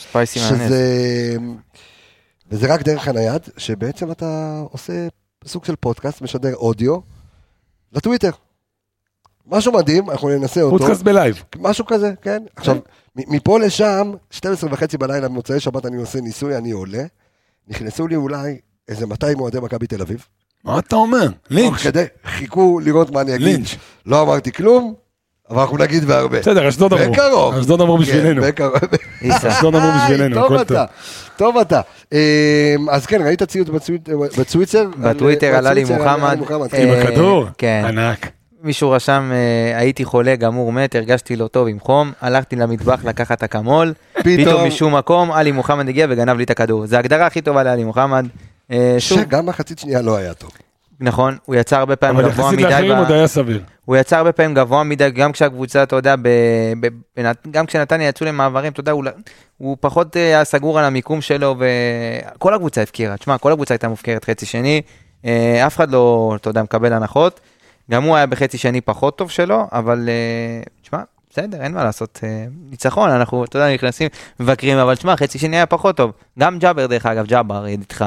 וזה רק דרך הנייד, שבעצם אתה עושה סוג של פודקאסט, משדר אודיו, לטוויטר. משהו מדהים, אנחנו ננסה אותו. פודקאסט בלייב. משהו כזה, כן. עכשיו, מפה לשם, 12:30 בלילה, במוצאי שבת אני עושה ניסוי, אני עולה, נכנסו לי אולי איזה 200 מועדי מכבי תל אביב. מה אתה אומר? לינץ'. חיכו לראות מה אני אגיד. לא אמרתי כלום, אבל אנחנו נגיד בהרבה. בסדר, אשדוד אמרו. בקרוב. אשדוד אמרו בשבילנו. אשדוד אמרו בשבילנו, הכל טוב. טוב אתה. אז כן, ראית ציוט בטוויטר? בטוויטר עלה לי מוחמד. עם הכדור? ענק. מישהו רשם, הייתי חולה, גמור מת, הרגשתי לא טוב עם חום, הלכתי למטבח לקחת אקמול, פתאום משום מקום, עלי מוחמד הגיע וגנב לי את הכדור. זו ההגדרה הכי טובה לעלי מוחמד. שגם מחצית שנייה לא היה טוב. נכון, הוא יצא הרבה פעמים גבוה מדי. אבל יחסית לאחרים עוד היה סביר. הוא יצא הרבה פעמים גבוה מדי, גם כשהקבוצה, אתה יודע, גם כשנתניה יצאו למעברים, אתה יודע, הוא פחות היה סגור על המיקום שלו, וכל הקבוצה הפקירה. תשמע, כל הקבוצה הייתה מופקרת חצי שני, אף אחד לא, אתה יודע, מקבל הנחות. גם הוא היה בחצי שני פחות טוב שלו, אבל, תשמע, בסדר, אין מה לעשות. ניצחון, אנחנו, אתה יודע, נכנסים, מבקרים, אבל תשמע, חצי שני היה פחות טוב. גם ג'אבר, דרך אגב, ג'אבר, ידידך.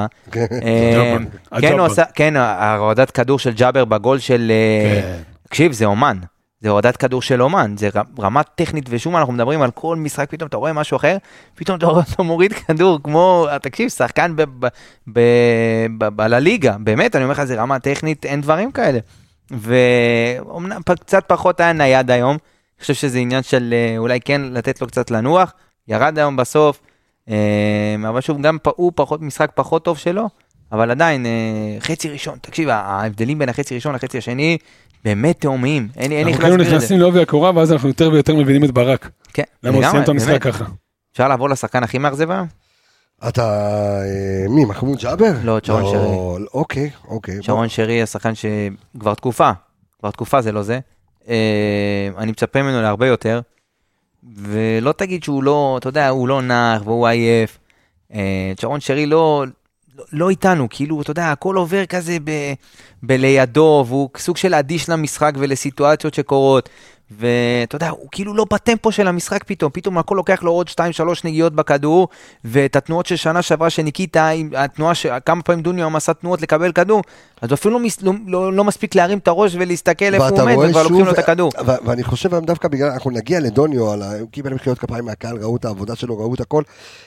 כן, ההורדת כדור של ג'אבר בגול של... תקשיב, זה אומן. זה הורדת כדור של אומן. זה רמה טכנית ושום, אנחנו מדברים על כל משחק, פתאום אתה רואה משהו אחר, פתאום אתה מוריד כדור כמו, תקשיב, שחקן בליגה. באמת, אני אומר לך, זה רמה טכנית, אין דברים כאלה. וקצת פחות היה נייד היום. אני חושב שזה עניין של אולי כן לתת לו קצת לנוח. ירד היום בסוף. אבל שוב, גם הוא משחק פחות טוב שלו. אבל עדיין, חצי ראשון, תקשיב, ההבדלים בין החצי ראשון לחצי השני, באמת תאומיים. אנחנו כאילו נכנסים לעובי הקורה, ואז אנחנו יותר ויותר מבינים את ברק. כן. למה עושים את המשחק ככה? אפשר לעבור לשחקן הכי מאכזב היום? אתה, מי, מחמוד ג'אבר? לא, שרון שרי. אוקיי. שרון שרי, השחקן שכבר תקופה זה לא זה. אני מצפה ממנו להרבה יותר, ולא תגיד שהוא לא, אתה יודע, הוא לא נח והוא עייף. שרון שרי לא איתנו, כאילו, אתה יודע, הכל עובר כזה בלידו, והוא סוג של אדיש למשחק ולסיטואציות שקורות, ואתה יודע, הוא כאילו לא בטמפו של המשחק פתאום הכל לוקח לו עוד 2-3 נגיעות בכדור, ואת התנועות של שנה שעברה שניקית, התנועה כמה פעמים דוניו עשה תנועות לקבל כדור, אז הוא אפילו לא מספיק להרים את הראש ולהסתכל איפה הוא עומד, וכבר לוקחים לו את הכדור. ואני חושב היום דווקא בגלל, אנחנו נגיע לדוניו, הוא קיבל מחיאות כפיים מהקהל, ראו את העבודה שלו, ראו את הכל,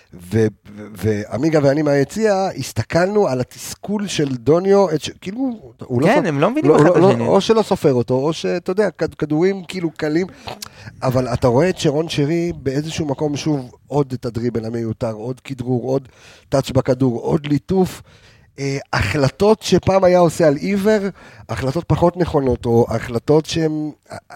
ועמיגה ואני מהיציאה, הסתכלנו על התסכול של דוניו, כאילו, כן, הם לא מבינים אחד השני. או שלא סופר אותו, או שאתה יודע, כדורים כאילו קלים, אבל אתה רואה את שרון שרי באיזשהו מקום שוב, עוד את הדריבל המיותר, עוד כדרור, עוד טאץ' בכדור, עוד ליטוף, החלטות שפעם היה עושה על עיוור, החלטות פחות נכונות, או החלטות שהן,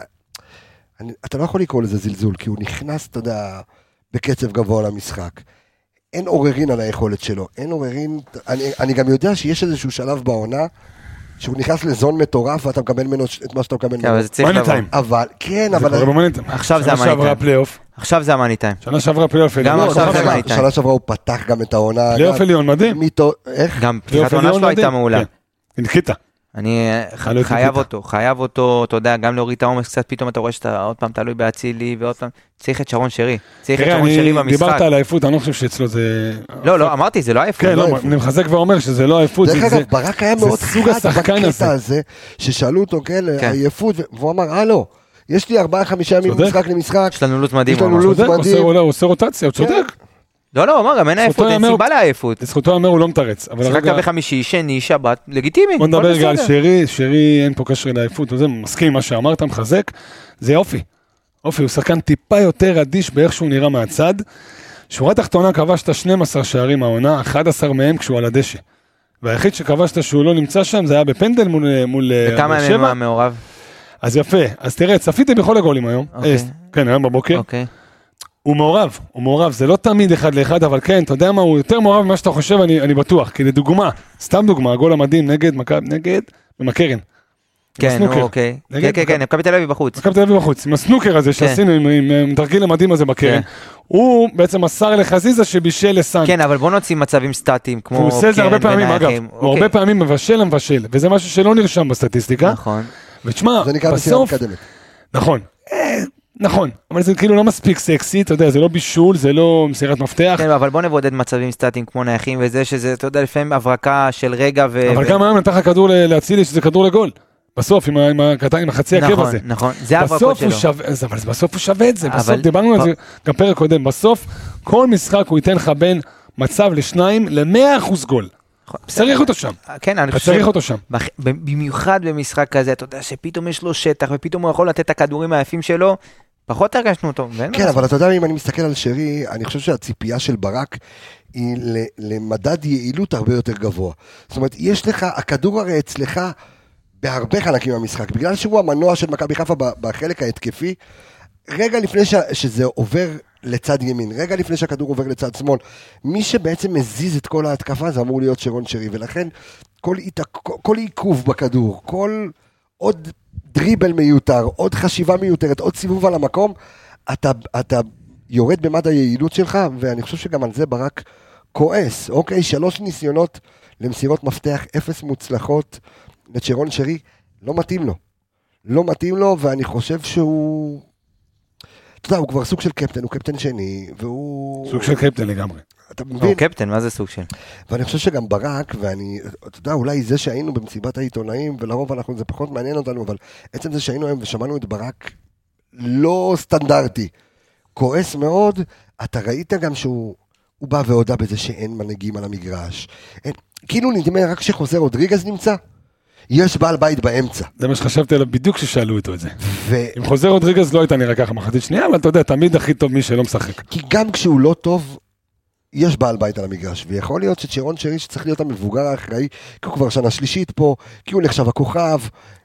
אתה לא יכול לקרוא לזה זלזול, כי הוא נכנס, אתה יודע, בקצב גבוה למשחק. אין עוררין על היכולת שלו, אין עוררין, אני גם יודע שיש איזשהו שלב בעונה, שהוא נכנס לזון מטורף, ואתה מקבל ממנו את מה שאתה מקבל ממנו. אבל, כן, אבל... עכשיו זה המאני טיים. עכשיו זה המאני טיים. שנה שעברה פלייאוף עליון. גם עכשיו זה המאני טיים. שנה שעברה הוא פתח גם את העונה. פלייאוף עליון, מדהים. איך? גם פתיחת העונה שלו הייתה מעולה. נקית. אני חייב אותו, אתה יודע, גם להוריד את העומס קצת, פתאום אתה רואה שאתה עוד פעם תלוי באצילי, ועוד פעם, צריך את שרון שרי. צריך את שרון שרי במשחק. דיברת על העייפות, אני לא חושב שאצלו זה... לא, אמרתי, זה לא העייפות. כן, אני מחזק ואומר שזה לא העייפות. דרך אגב, ברק היה מאוד חד בקטע הזה, ששאלו אותו, כן, העייפות, והוא אמר, לא, יש לי 4-5 ימים משחק למשחק. יש לנו לו"ז מדהים. הוא עושה רוטציה, הוא צודק. לא, אמר, גם אין העייפות, אין סיבה לעייפות. לזכותו אמר, הוא לא מתרץ. שיחקת בחמישי, שני, שבת, לגיטימי. בוא נדבר רגע על שרי, אין פה קשר לעייפות, זה מסכים מה שאמרת, מחזק, זה יופי. הוא שחקן טיפה יותר אדיש באיך שהוא נראה מהצד. שורה תחתונה כבשת 12 שערים העונה, 11 מהם כשהוא על הדשא. והיחיד שכבשת שהוא לא נמצא שם, זה היה בפנדל מול... וכמה מהם היה מעורב? אז יפה, אז תראה, צפיתי בכל הגולים היום. כן, היום בבוקר. הוא מעורב, זה לא תמיד אחד לאחד, אבל כן, אתה יודע מה, הוא יותר מעורב ממה שאתה חושב, אני בטוח, כי לדוגמה, סתם דוגמה, הגול המדהים נגד במקרן. כן, אוקיי. כן, מכבי תל אביב בחוץ. מכבי תל אביב בחוץ, עם הסנוקר הזה שעשינו, עם תרגיל המדהים הזה בקרן, הוא בעצם מסר לחזיזה שבישל לסן. כן, אבל בוא נוציא מצבים סטטיים, כמו... הוא עושה זה הרבה פעמים, אגב, הוא הרבה פעמים מבשל, וזה משהו שלא נרשם בסטטיסטיקה. נכון. ותשמע, בסוף... נכון, אבל זה כאילו לא מספיק סקסי, אתה יודע, זה לא בישול, זה לא מסירת מפתח. כן, אבל בוא נבודד מצבים סטטיים כמו נייחים וזה, שזה, אתה יודע, לפעמים הברקה של רגע אבל גם היום נתן לך כדור להצילי, שזה כדור לגול. בסוף, עם החצי הקרב הזה. נכון, זה הברקות שלו. אבל בסוף הוא שווה את זה, בסוף דיברנו על זה גם פרק קודם, בסוף כל משחק הוא ייתן לך בין מצב ל2 ל100% גול. צריך אותו שם. כן, אני חושב... צריך אותו שם. במיוחד במשחק כזה, אתה יודע שפתאום יש לו שטח, ופתאום הוא יכול לתת את הכדורים היפים שלו, פחות הרגשנו אותו. כן, אבל אתה יודע, אם אני מסתכל על שרי, אני חושב שהציפייה של ברק היא למדד יעילות הרבה יותר גבוה. זאת אומרת, יש לך, הכדור הרי אצלך בהרבה חלקים מהמשחק, בגלל שהוא המנוע של מכבי חיפה בחלק ההתקפי, רגע לפני שזה עובר לצד ימין, רגע לפני שהכדור עובר לצד שמאל, מי שבעצם מזיז את כל ההתקפה זה אמור להיות שרון שרי, ולכן כל עיכוב בכדור, כל עוד דריבל מיותר, עוד חשיבה מיותרת, עוד סיבוב על המקום, אתה יורד במד היעילות שלך, ואני חושב שגם על זה ברק כועס. אוקיי, 3 ניסיונות למסירות מפתח, 0 מוצלחות לצ'רון שרי, לא מתאים לו. לא מתאים לו, ואני חושב שהוא... אתה יודע, הוא כבר סוג של קפטן, הוא קפטן שני, והוא... סוג של קפטן לגמרי. אתה מבין? הוא קפטן, מה זה סוג של? ואני חושב שגם ברק, ואני, אתה יודע, אולי זה שהיינו במסיבת העיתונאים, ולרוב זה פחות מעניין אותנו, אבל עצם זה שהיינו היום ושמענו את ברק לא סטנדרטי, כועס מאוד, אתה ראית גם שהוא בא והודע בזה שאין מנהיגים על המגרש. כאילו נדמה רק שחוזר רודריגז נמצא, יש בעל בית באמצע. זה מה שחשבתי עליו בדיוק ששאלו אותו את זה. אם חוזר רודריגז לא הייתה נראה ככה מחצית שנייה, אבל אתה יודע, תמיד הכי טוב מי שלא משחק. כי גם כשהוא לא טוב, יש בעל בית על המגרש, ויכול להיות שצ'רון שרי שצריך להיות המבוגר האחראי, כי הוא כבר שנה שלישית פה, כי הוא נחשב הכוכב,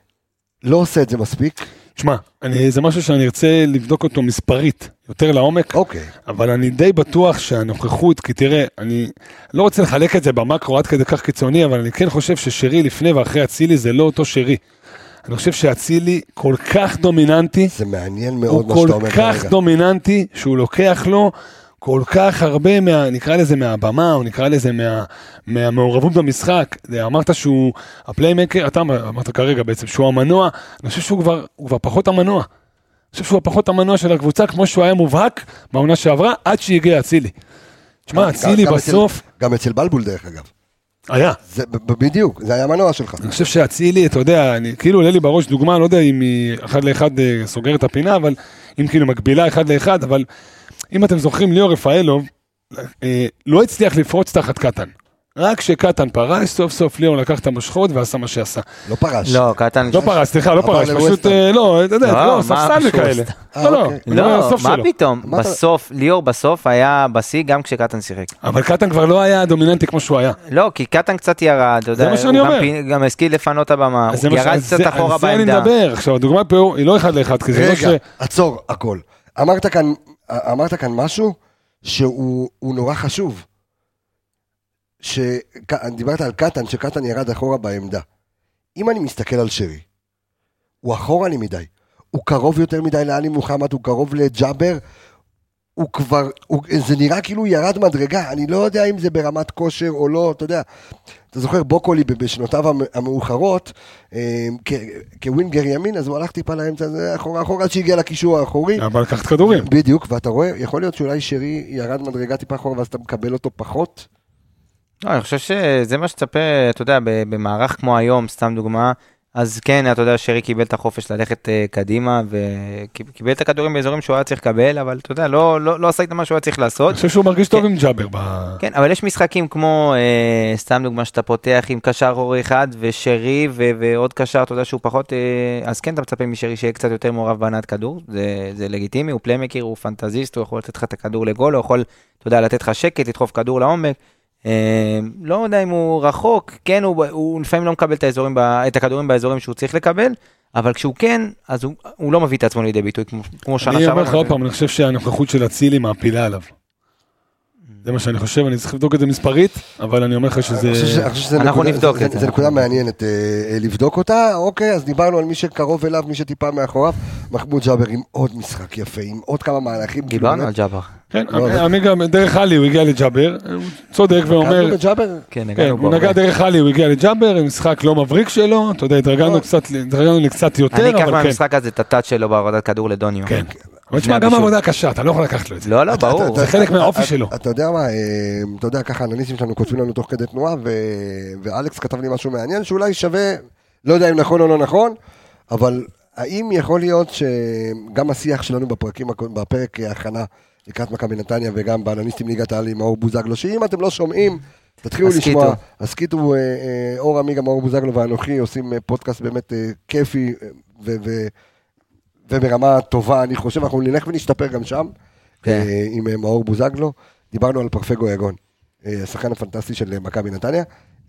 לא עושה את זה מספיק. תשמע, זה משהו שאני ארצה לבדוק אותו מספרית, יותר לעומק, אבל אני די בטוח שהנוכחות, כי תראה, אני לא רוצה לחלק את זה במקרו עד כדי כך קיצוני, אבל אני כן חושב ששרי לפני ואחרי אצילי זה לא אותו שרי. אני חושב שאצילי כל כך דומיננטי, זה מעניין מאוד מה שאתה אומר. הוא כל כך דומיננטי, שהוא לוקח לו כל כך הרבה, נקרא לזה מהבמה, או נקרא לזה מהמעורבות במשחק. אמרת שהוא הפליימקר, אתה אמרת כרגע בעצם שהוא המנוע, אני חושב שהוא כבר פחות המנוע. אני חושב שהוא פחות המנוע של הקבוצה, כמו שהוא היה מובהק בעונה שעברה, עד שהגיע אצילי. תשמע, אצילי בסוף... גם אצל בלבול דרך אגב. היה. בדיוק, זה היה המנוע שלך. אני חושב שאצילי, אתה יודע, כאילו עולה לי בראש דוגמה, לא יודע אם היא 1-1 סוגר את הפינה, אבל אם כאילו מקבילה 1-1, אבל אם אתם זוכרים, ליאור רפאלוב לא הצליח לפרוץ תחת קטן. רק שקטן פרש, סוף סוף ליאור לקח את המשכות ועשה מה שעשה. לא פרש. לא, קטן... לא פרש, סליחה, לא פרש, פשוט לא, אתה יודע, לא, ספסל וכאלה. לא, מה פתאום? בסוף, ליאור בסוף היה בסי גם כשקטן שיחק. אבל קטן כבר לא היה דומיננטי כמו שהוא היה. לא, כי קטן קצת ירד, אתה יודע, זה מה שאני אומר. הוא גם השכיל לפנות הבמה, הוא ירד קצת אחורה בעמדה. זה אני מדבר, עכשיו הדוגמה פה היא לא 1-1, כי זה לא ש... רגע, עצור הכל. אמרת כאן משהו שהוא נורא חשוב. דיברת על קטן, שקטן ירד אחורה בעמדה. אם אני מסתכל על שרי, הוא אחורה לי מדי. הוא קרוב יותר מדי לאלי מוחמד, הוא קרוב לג'אבר, הוא כבר, זה נראה כאילו הוא ירד מדרגה, אני לא יודע אם זה ברמת כושר או לא, אתה יודע, אתה זוכר בוקולי בשנותיו המאוחרות, כווינגר ימין, אז הוא הלך טיפה לאמצע, זה אחורה עד שהגיע לקישור האחורי. אבל לקחת כדורים. בדיוק, ואתה רואה, יכול להיות שאולי שרי ירד מדרגה טיפה אחורה, ואז אתה מקבל אותו פחות. לא, אני חושב שזה מה שצפה, אתה יודע, במערך כמו היום, סתם דוגמה, אז כן, אתה יודע, שרי קיבל את החופש ללכת קדימה, וקיבל את הכדורים באזורים שהוא היה צריך לקבל, אבל אתה יודע, לא עשה את מה שהוא היה צריך לעשות. אני חושב שהוא מרגיש טוב עם ג'אבר. כן, אבל יש משחקים כמו, סתם דוגמה שאתה פותח עם קשר אורי אחד, ושרי ועוד קשר, אתה יודע שהוא פחות, אז כן, אתה מצפה משרי שיהיה קצת יותר מעורב בענת כדור, זה לגיטימי, הוא פליימקר, הוא פנטזיסט, הוא יכול לתת לך את הכדור לגול, הוא יכול, אתה יודע, לתת לך שקט, לדחוף כדור לעומק. לא יודע אם הוא רחוק, כן, הוא לפעמים לא מקבל את הכדורים באזורים שהוא צריך לקבל, אבל כשהוא כן, אז הוא לא מביא את עצמו לידי ביטוי, כמו שנה שעברה. אני אומר לך עוד פעם, אני חושב שהנוכחות של אצילי מעפילה עליו. זה מה שאני חושב, אני צריך לבדוק את זה מספרית, אבל אני אומר לך שזה... אנחנו נבדוק את זה. זה נקודה מעניינת לבדוק אותה, אוקיי, אז דיברנו על מי שקרוב אליו, מי שטיפה מאחוריו, מחמוד ג'אבר עם עוד משחק יפה, עם עוד כמה מהלכים. דיברנו על ג'אבר. כן, אני גם דרך חלי הוא הגיע לג'אבר, צודק ואומר... הוא נגע דרך חלי, הוא הגיע לג'אבר, משחק לא מבריק שלו, אתה יודע, התרגלנו קצת יותר, אבל כן. אני אקח מהמשחק הזה את הטאץ' שלו בעבודת כדור לדוניו. כן. אבל תשמע, גם עבודה קשה, אתה לא יכול לקחת לו את זה. לא, ברור. זה חלק מהאופי שלו. אתה יודע מה, אתה יודע, ככה האנליסטים שלנו כותבים לנו תוך כדי תנועה, ואלכס כתב לי משהו מעניין, שאולי שווה, לא יודע אם נכון או לא נכון, אבל האם יכול להיות שגם השיח שלנו בפרק ההכנה לקראת מכבי נתניה, וגם באנליסטים ליגת העל עם מאור בוזגלו, שאם אתם לא שומעים, תתחילו לשמוע, הסקיטו, אור עמיגה, מאור בוזגלו ואנוכי עושים פודקאסט באמת כיפי וברמה טובה, אני חושב, אנחנו נלך ונשתפר גם שם, עם מאור בוזגלו, דיברנו על פרפגו יגון, השחקן הפנטסטי של מכבי נתניה,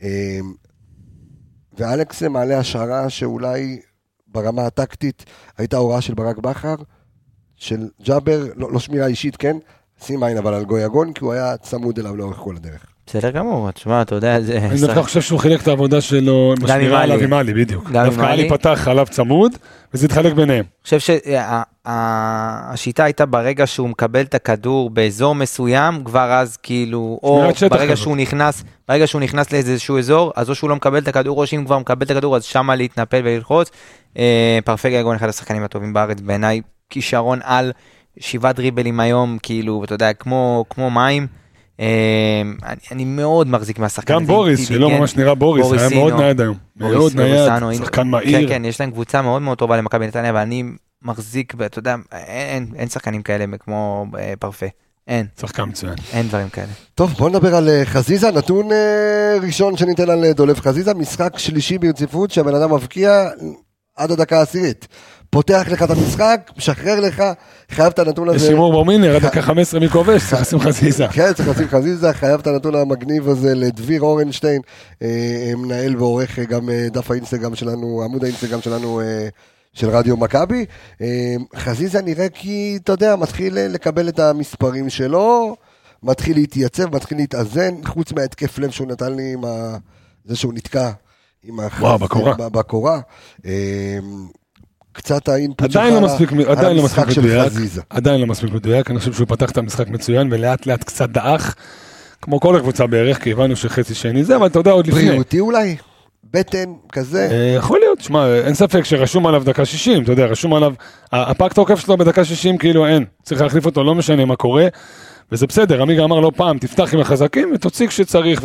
ואלכס מעלה השערה שאולי ברמה הטקטית הייתה הוראה של ברק בכר, של ג'אבר, לא שמירה אישית, כן, שים עין אבל על גויגון, כי הוא היה צמוד אליו לאורך כל הדרך. בסדר גמור, תשמע, אתה יודע, זה... אני דווקא חושב שהוא חילק את העבודה שלו, משמירה עליו עם עלי, בדיוק. דווקא עלי פתח עליו צמוד, וזה התחלק ביניהם. אני חושב שהשיטה הייתה ברגע שהוא מקבל את הכדור באזור מסוים, כבר אז כאילו, או ברגע שהוא נכנס לאיזשהו אזור, אז או שהוא לא מקבל את הכדור, או שאם כבר מקבל את הכדור, אז שמה להתנפל וללחוץ. פרפגו יגון, אחד השחקנים הטובים בארץ, בעיניי כישרון על 7 דריבלים היום, כאילו, אתה יודע, כמו מים. אני מאוד מחזיק מהשחקן. גם בוריס, שלא ממש נראה בוריס, היה מאוד נייד היום. מאוד נייד, שחקן מהיר. כן, כן, יש להם קבוצה מאוד מאוד טובה למכבי נתניה, ואני מחזיק, ואתה יודע, אין שחקנים כאלה כמו פרפה. אין. שחקן מצוין. אין דברים כאלה. טוב, בוא נדבר על חזיזה, נתון ראשון שניתן על דולב חזיזה, משחק שלישי ברציפות, שהבן אדם מבקיע עד הדקה העשירית. פותח לך את המשחק, משחרר לך, חייב את הנתון הזה. יש שימור ברמינר, עד דקה 15 מכובש, צריך לשים חזיזה. כן, צריך לשים חזיזה, חייב את הנתון המגניב הזה לדביר אורנשטיין, מנהל ועורך גם דף האינסטגרם שלנו, עמוד האינסטגרם שלנו של רדיו מכבי. חזיזה נראה כי, אתה יודע, מתחיל לקבל את המספרים שלו, מתחיל להתייצב, מתחיל להתאזן, חוץ מהתקף לב שהוא נתן לי עם זה שהוא נתקע עם בקורה. קצת האינפוט שלך על המשחק של חזיזה. עדיין לא מספיק מדויק, אני חושב שהוא פתח את המשחק מצוין, ולאט לאט קצת דאח, כמו כל הקבוצה בערך, כי הבנו שחצי שני זה, אבל אתה יודע עוד לפני. בריאותי אולי? בטן כזה? יכול להיות, שמע, אין ספק שרשום עליו דקה 60, אתה יודע, רשום עליו, הפאק תוקף שלו בדקה 60 כאילו אין, צריך להחליף אותו, לא משנה מה קורה, וזה בסדר, עמיגה אמר לא פעם, תפתח עם החזקים ותוציא כשצריך,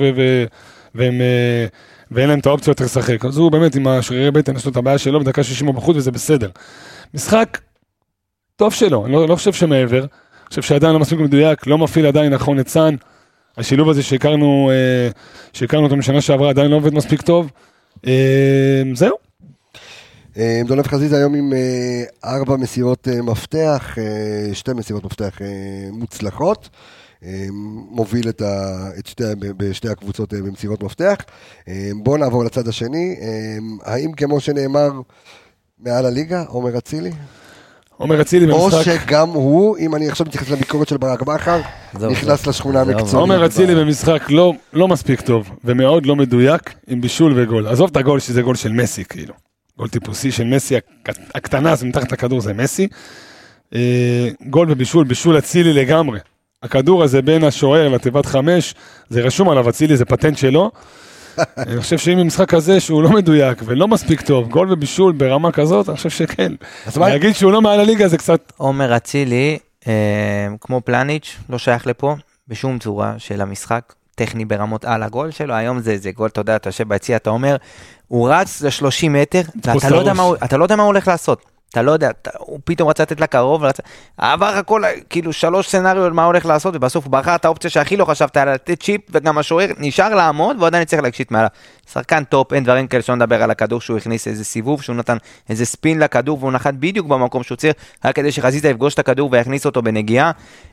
ואין להם את האופציות לשחק. אז הוא באמת עם השרירי בטן, יש לו את הבעיה שלו בדקה 60 בחוץ, וזה בסדר. משחק טוב שלו, אני לא חושב שמעבר, אני חושב שעדיין לא מספיק מדויק, לא מפעיל עדיין נכון את סן, השילוב הזה שהכרנו אותו משנה שעברה, עדיין לא עובד מספיק טוב, זהו. דולב חזיזה היום עם 4 מסירות מפתח, 2 מסירות מפתח מוצלחות, מוביל בשתי הקבוצות במסירות מפתח. בואו נעבור לצד השני, האם כמו שנאמר מעל הליגה, עומר אצילי? עומר אצילי במשחק... או שגם הוא, אם אני עכשיו מתייחס לביקורת של ברק בכר, נכנס לשכונה המקצועית. עומר אצילי במשחק לא מספיק טוב, ומאוד לא מדויק, עם בישול וגול. עזוב את הגול שזה גול של מסי, כאילו. גול טיפוסי של מסי, הקטנה, זה מתחת לכדור, זה מסי. גול ובישול, בישול אצילי לגמרי. הכדור הזה בין השוער לתיבת 5, זה רשום עליו, אצילי, זה פטנט שלו. אני חושב שאם במשחק כזה שהוא לא מדויק ולא מספיק טוב, גול ובישול ברמה כזאת, אני חושב שכן. להגיד שהוא לא מעל הליגה זה קצת... עומר אצילי, כמו פלניץ', לא שייך לפה, בשום צורה של המשחק, טכני ברמות על הגול שלו, היום זה גול, אתה יודע, אתה יושב ביציע, אתה אומר, הוא רץ ל-30 מטר, ואתה לא יודע מה הוא הולך לעשות. אתה לא יודע, הוא פתאום רצה לתת לה קרוב, עבר הכל, כאילו 3 סנריות מה הולך לעשות, ובסוף הוא בחר את האופציה שהכי לא חשבת, היה לתת צ'יפ, וגם השוער נשאר לעמוד, ועדיין צריך להקשיט מעלה. שחקן טופ, אין דברים כאלה שלא נדבר על הכדור, שהוא הכניס איזה סיבוב, שהוא נתן איזה ספין לכדור, והוא נחת בדיוק במקום שהוא צריך, רק כדי שחזיזה יפגוש את הכדור ויכניס אותו בנגיעה.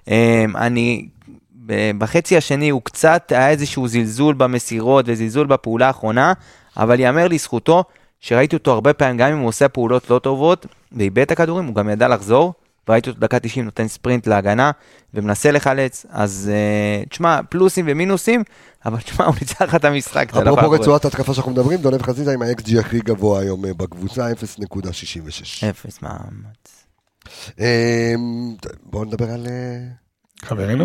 בחצי השני הוא קצת, היה איזשהו זלזול במסירות, וזלזול בפעולה האחרונה, אבל יאמר לזכותו, שראיתי אותו הרבה פעמים, גם אם הוא עושה פעולות לא טובות, ואיבד את הכדורים, הוא גם ידע לחזור, וראיתי אותו דקה 90, נותן ספרינט להגנה, ומנסה לחלץ, אז תשמע, פלוסים ומינוסים, אבל תשמע, הוא ניצח את המשחק. אפרופו רצועת התקפה שאנחנו מדברים, דולב חזיזה עם ה-XG הכי גבוה היום בקבוצה, 0.66. 0 מאמץ. בואו נדבר על... חברנו?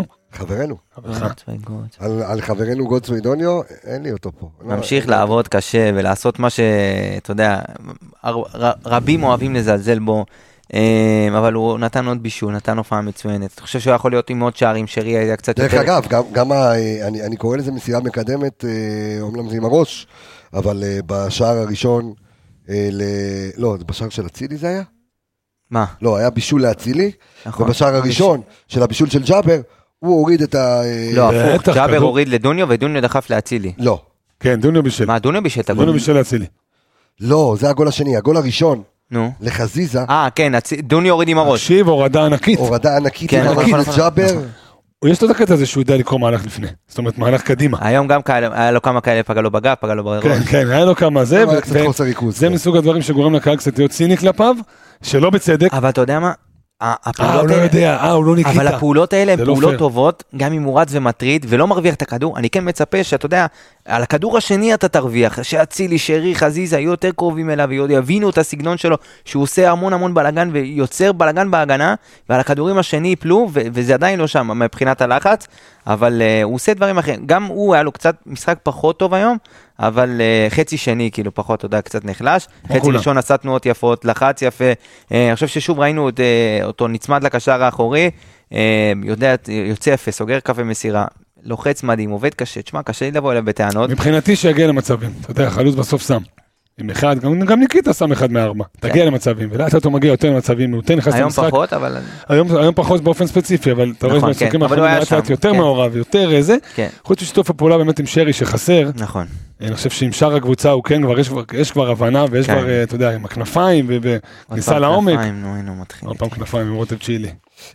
על חברנו גוטסווי דוניו, אין לי אותו פה. ממשיך לעבוד קשה ולעשות מה שאתה יודע, רבים אוהבים לזלזל בו, אבל הוא נתן עוד בישול, נתן הופעה מצוינת. אתה חושב שהוא יכול להיות עם עוד שערים, שרי היה קצת יותר... דרך אגב, גם אני קורא לזה מסירה מקדמת, אומנם זה עם הראש, אבל בשער הראשון, לא, בשער של אצילי זה היה? מה? לא, היה בישול לאצילי, ובשער הראשון של הבישול של ג'אבר, הוא הוריד את ה... לא, הפוך, ג'אבר הוריד לדוניו, ודוניו דחף להצילי. לא. כן, דוניו בישל. מה, דוניו בישל את הגול? דוניו בישל להצילי. לא, זה הגול השני, הגול הראשון. נו. לחזיזה. כן, דוניו הוריד עם הראש. תקשיב, הורדה ענקית. הורדה ענקית עם הראש לג'אבר. יש לו את הקטע הזה שהוא יודע לקרוא מהלך לפני. זאת אומרת, מהלך קדימה. היום גם היה לו כמה כאלה, פגע לו בגב, פגע לו בראש. כן, כן, היה לו כמה זה. זה מסוג הדברים שגורם לקהל קצת להיות ציני כלפיו, שלא בצדק. אבל אתה יודע מה? הוא לא יודע, הוא לא ניקיטה. אבל הפעולות האלה הן פעולות טובות, גם אם הוא רץ ומטריד, ולא מרוויח את הכדור. אני כן מצפה שאתה יודע, על הכדור השני אתה תרוויח, שאצילי, שרי, חזיזה, יהיו יותר קרובים אליו, יבינו את הסגנון שלו, שהוא עושה המון בלגן, ויוצר בלגן בהגנה, ועל הכדורים השני יפלו, וזה עדיין לא שם מבחינת הלחץ, אבל הוא עושה דברים אחרים. גם הוא היה לו קצת משחק פחות טוב היום, אבל חצי שני כאילו פחות, אתה יודע, קצת נחלש. חצי ראשון עשה תנועות יפות, לחץ יפה. אני חושב ששוב ראינו אותו נצמד לקשר האחורי, יוצא יפה, סוגר קפה מסירה, לוחץ מדהים, עובד קשה. תשמע, קשה לי לבוא אליו בטענות. מבחינתי שיגיע למצבים. אתה יודע, חלוץ בסוף שם. עם אחד, גם ניקיטה שם 1 מ-4. תגיע למצבים, ולאט אותו מגיע יותר למצבים, הוא נכנס למשחק. היום פחות, אבל... היום פחות באופן ספציפי, אבל אתה רואה במשחקים האחרונים לאט יותר מעורב, יותר איזה. חוץ משיתוף הפעולה באמת עם שרי שחסר. נכון. אני חושב שעם שאר הקבוצה הוא כן, יש כבר הבנה, ויש כבר, אתה יודע, עם הכנפיים, וכניסה לעומק. עוד פעם כנפיים, עם רוטב צ'ילי.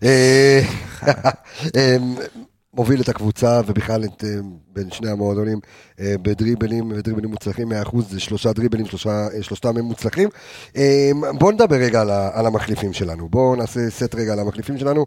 מוביל את הקבוצה ובכלל בין שני המועדונים בדריבלים ודריבלים מוצלחים 100%, זה 3 דריבלים, 3 מהם מוצלחים. בואו נדבר רגע על המחליפים שלנו, בואו נעשה סט רגע על המחליפים שלנו.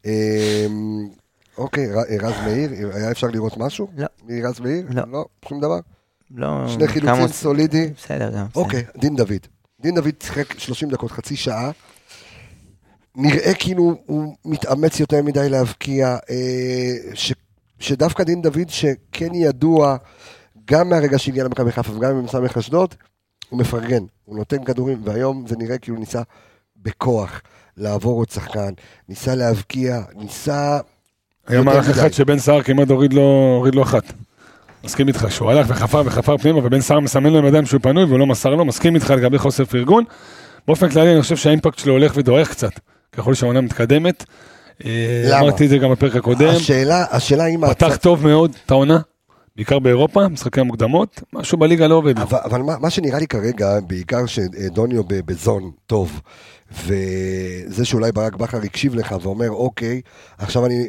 אוקיי, רז מאיר, היה אפשר לראות משהו? לא. מרז מאיר? לא. שום דבר? לא. 2 חילוצים סולידי? בסדר גם. אוקיי, דין דוד שיחק 30 דקות, חצי שעה. נראה כאילו הוא מתאמץ יותר מדי להבקיע, שדווקא דין דוד שכן ידוע, גם מהרגע שהגיע למכבי חיפה וגם במסמך אשדוד, הוא מפרגן, הוא נותן כדורים, והיום זה נראה כאילו ניסה בכוח לעבור עוד שחקן, ניסה להבקיע, ניסה... היה מהלך אחד שבן סער כמעט הוריד לו אחת. מסכים איתך, שהוא הלך וחפר פנימה, ובן סער מסמן לו עם ידיים שהוא פנוי, והוא לא מסר לו, מסכים איתך לגבי חוסר פרגון. באופן כללי אני חושב שהאימפקט שלו הולך ודועך קצת. ככל שהעונה מתקדמת. אמרתי את זה גם בפרק הקודם. השאלה אם... פתח טוב מאוד את העונה, בעיקר באירופה, משחקי המוקדמות, משהו בליגה לא עובד. אבל מה שנראה לי כרגע, בעיקר שדוניו בזון טוב, וזה שאולי ברק בכר הקשיב לך ואומר, אוקיי, עכשיו אני...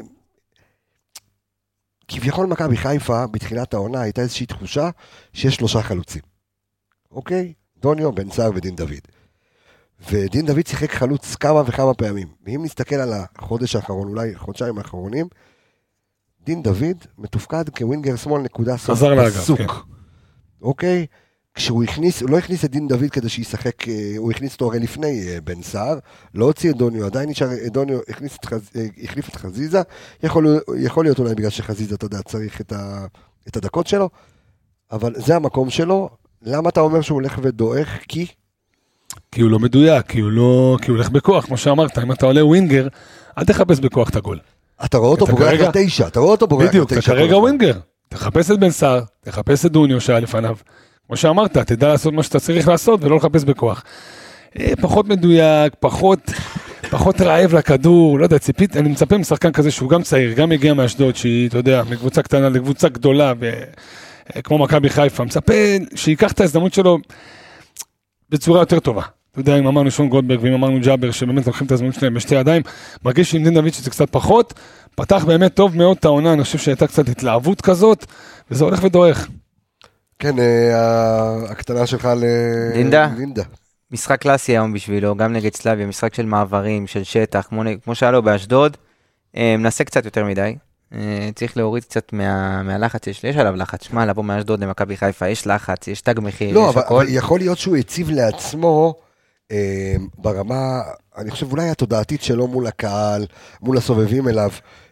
כביכול מכבי חיפה, בתחילת העונה, הייתה איזושהי תחושה שיש 3 חלוצים. אוקיי? דוניו, בן סער ודין דוד. ודין דוד שיחק חלוץ כמה וכמה פעמים. ואם נסתכל על החודש האחרון, אולי חודשיים האחרונים, דין דוד מתופקד כווינגר שמאל נקודה סוף פסוק. כן. אוקיי? כשהוא הכניס, הוא לא הכניס את דין דוד כדי שישחק, הוא הכניס אותו הרי לפני בן סער, לא הוציא את דוניו, עדיין נשאר, דוניו החליף את חזיזה, יכול להיות אולי בגלל שחזיזה, אתה יודע, צריך את הדקות שלו, אבל זה המקום שלו. למה אתה אומר שהוא הולך ודועך? כי הוא לא מדויק, כי הוא הולך בכוח, כמו שאמרת, אם אתה עולה ווינגר, אל תחפש בכוח את הגול. אתה רואה אותו בורח ל9, בדיוק, אתה כרגע ווינגר, תחפש את בן סער, תחפש את דוניו שהיה לפניו, כמו שאמרת, תדע לעשות מה שאתה צריך לעשות, ולא לחפש בכוח. פחות מדויק, פחות רעב לכדור, לא יודע, ציפית, אני מצפה משחקן כזה שהוא גם צעיר, גם הגיע מאשדוד, שהיא, אתה יודע, מקבוצה קטנה לקבוצה גדולה, כמו מכבי חיפה, מצפה שיקח את ההזדמנות שלו בצורה יותר טובה. אתה יודע, אם אמרנו שון גולדברג ואם אמרנו ג'אבר, שבאמת לוקחים את הזמנות שלהם בשתי ידיים, מרגיש עם דין דוד שזה קצת פחות, פתח באמת טוב מאוד את העונה, אני חושב שהייתה קצת התלהבות כזאת, וזה הולך ודועך. כן, הקטנה שלך לינדה. משחק קלאסי היום בשבילו, גם נגד סלאביה, משחק של מעברים, של שטח, כמו שהיה לו באשדוד, מנסה קצת יותר מדי, צריך להוריד קצת מהלחץ, יש עליו לחץ, שמה, לבוא מאשדוד למכבי חיפה, יש לחץ, יש תג מחיר, לא, אבל יכול להיות שהוא הציב לעצמו, ברמה, אני חושב אולי התודעתית שלו מול הקהל, מול הסובבים אליו,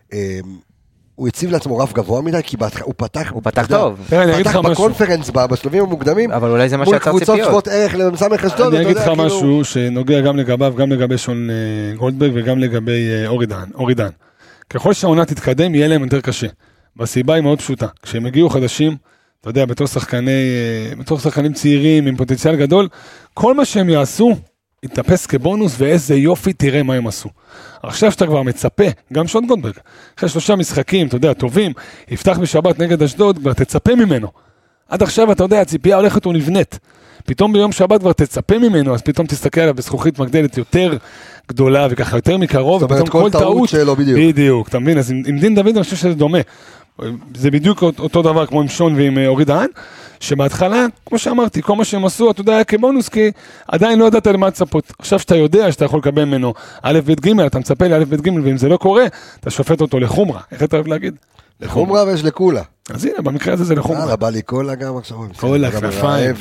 הוא הציב לעצמו רף גבוה מדי, כי הוא פתח טוב. פתח בקונפרנס בשלבים המוקדמים, אבל אולי זה מה מול קבוצות שוות ערך למסמך אשדוד. אני אגיד לך משהו שנוגע גם לגביו, גם לגבי שון גולדברג וגם לגבי אורידן. ככל שהעונה תתקדם, יהיה להם יותר קשה. והסיבה היא מאוד פשוטה. כשהם הגיעו חדשים, אתה יודע, בתור שחקנים צעירים עם פוטנציאל גדול, כל מה שהם יעשו, התאפס כבונוס, ואיזה יופי, תראה מה הם עשו. עכשיו שאתה כבר מצפה, גם שון גולדברג, אחרי 3 משחקים, אתה יודע, טובים, יפתח בשבת נגד אשדוד, כבר תצפה ממנו. עד עכשיו, אתה יודע, הציפייה הולכת ונבנית. פתאום ביום שבת כבר תצפה ממנו, אז פתאום תסתכל עליו בזכוכית מגדלת יותר גדולה, וככה יותר מקרוב, ופתאום כל טעות שלו בדיוק. בדיוק, אתה מבין? אז עם דין דוד, אני חושב שזה דומה. זה בדיוק אותו דבר כמו עם שון ועם אורי דהן, שבהתחלה, כמו שאמרתי, כל מה שהם עשו, אתה יודע, היה כבונוס, כי עדיין לא ידעת למה לצפות. עכשיו שאתה יודע שאתה יכול לקבל ממנו א' ב' ג', אתה מצפה לא' ב' ג', ואם זה לא קורה, אתה שופט אותו לחומרה. איך אתה אוהב להגיד? לחומרה ויש לקולה. אז הנה, במקרה הזה זה לחומרה. בא לי קולה גם עכשיו. קולה, כנפיים.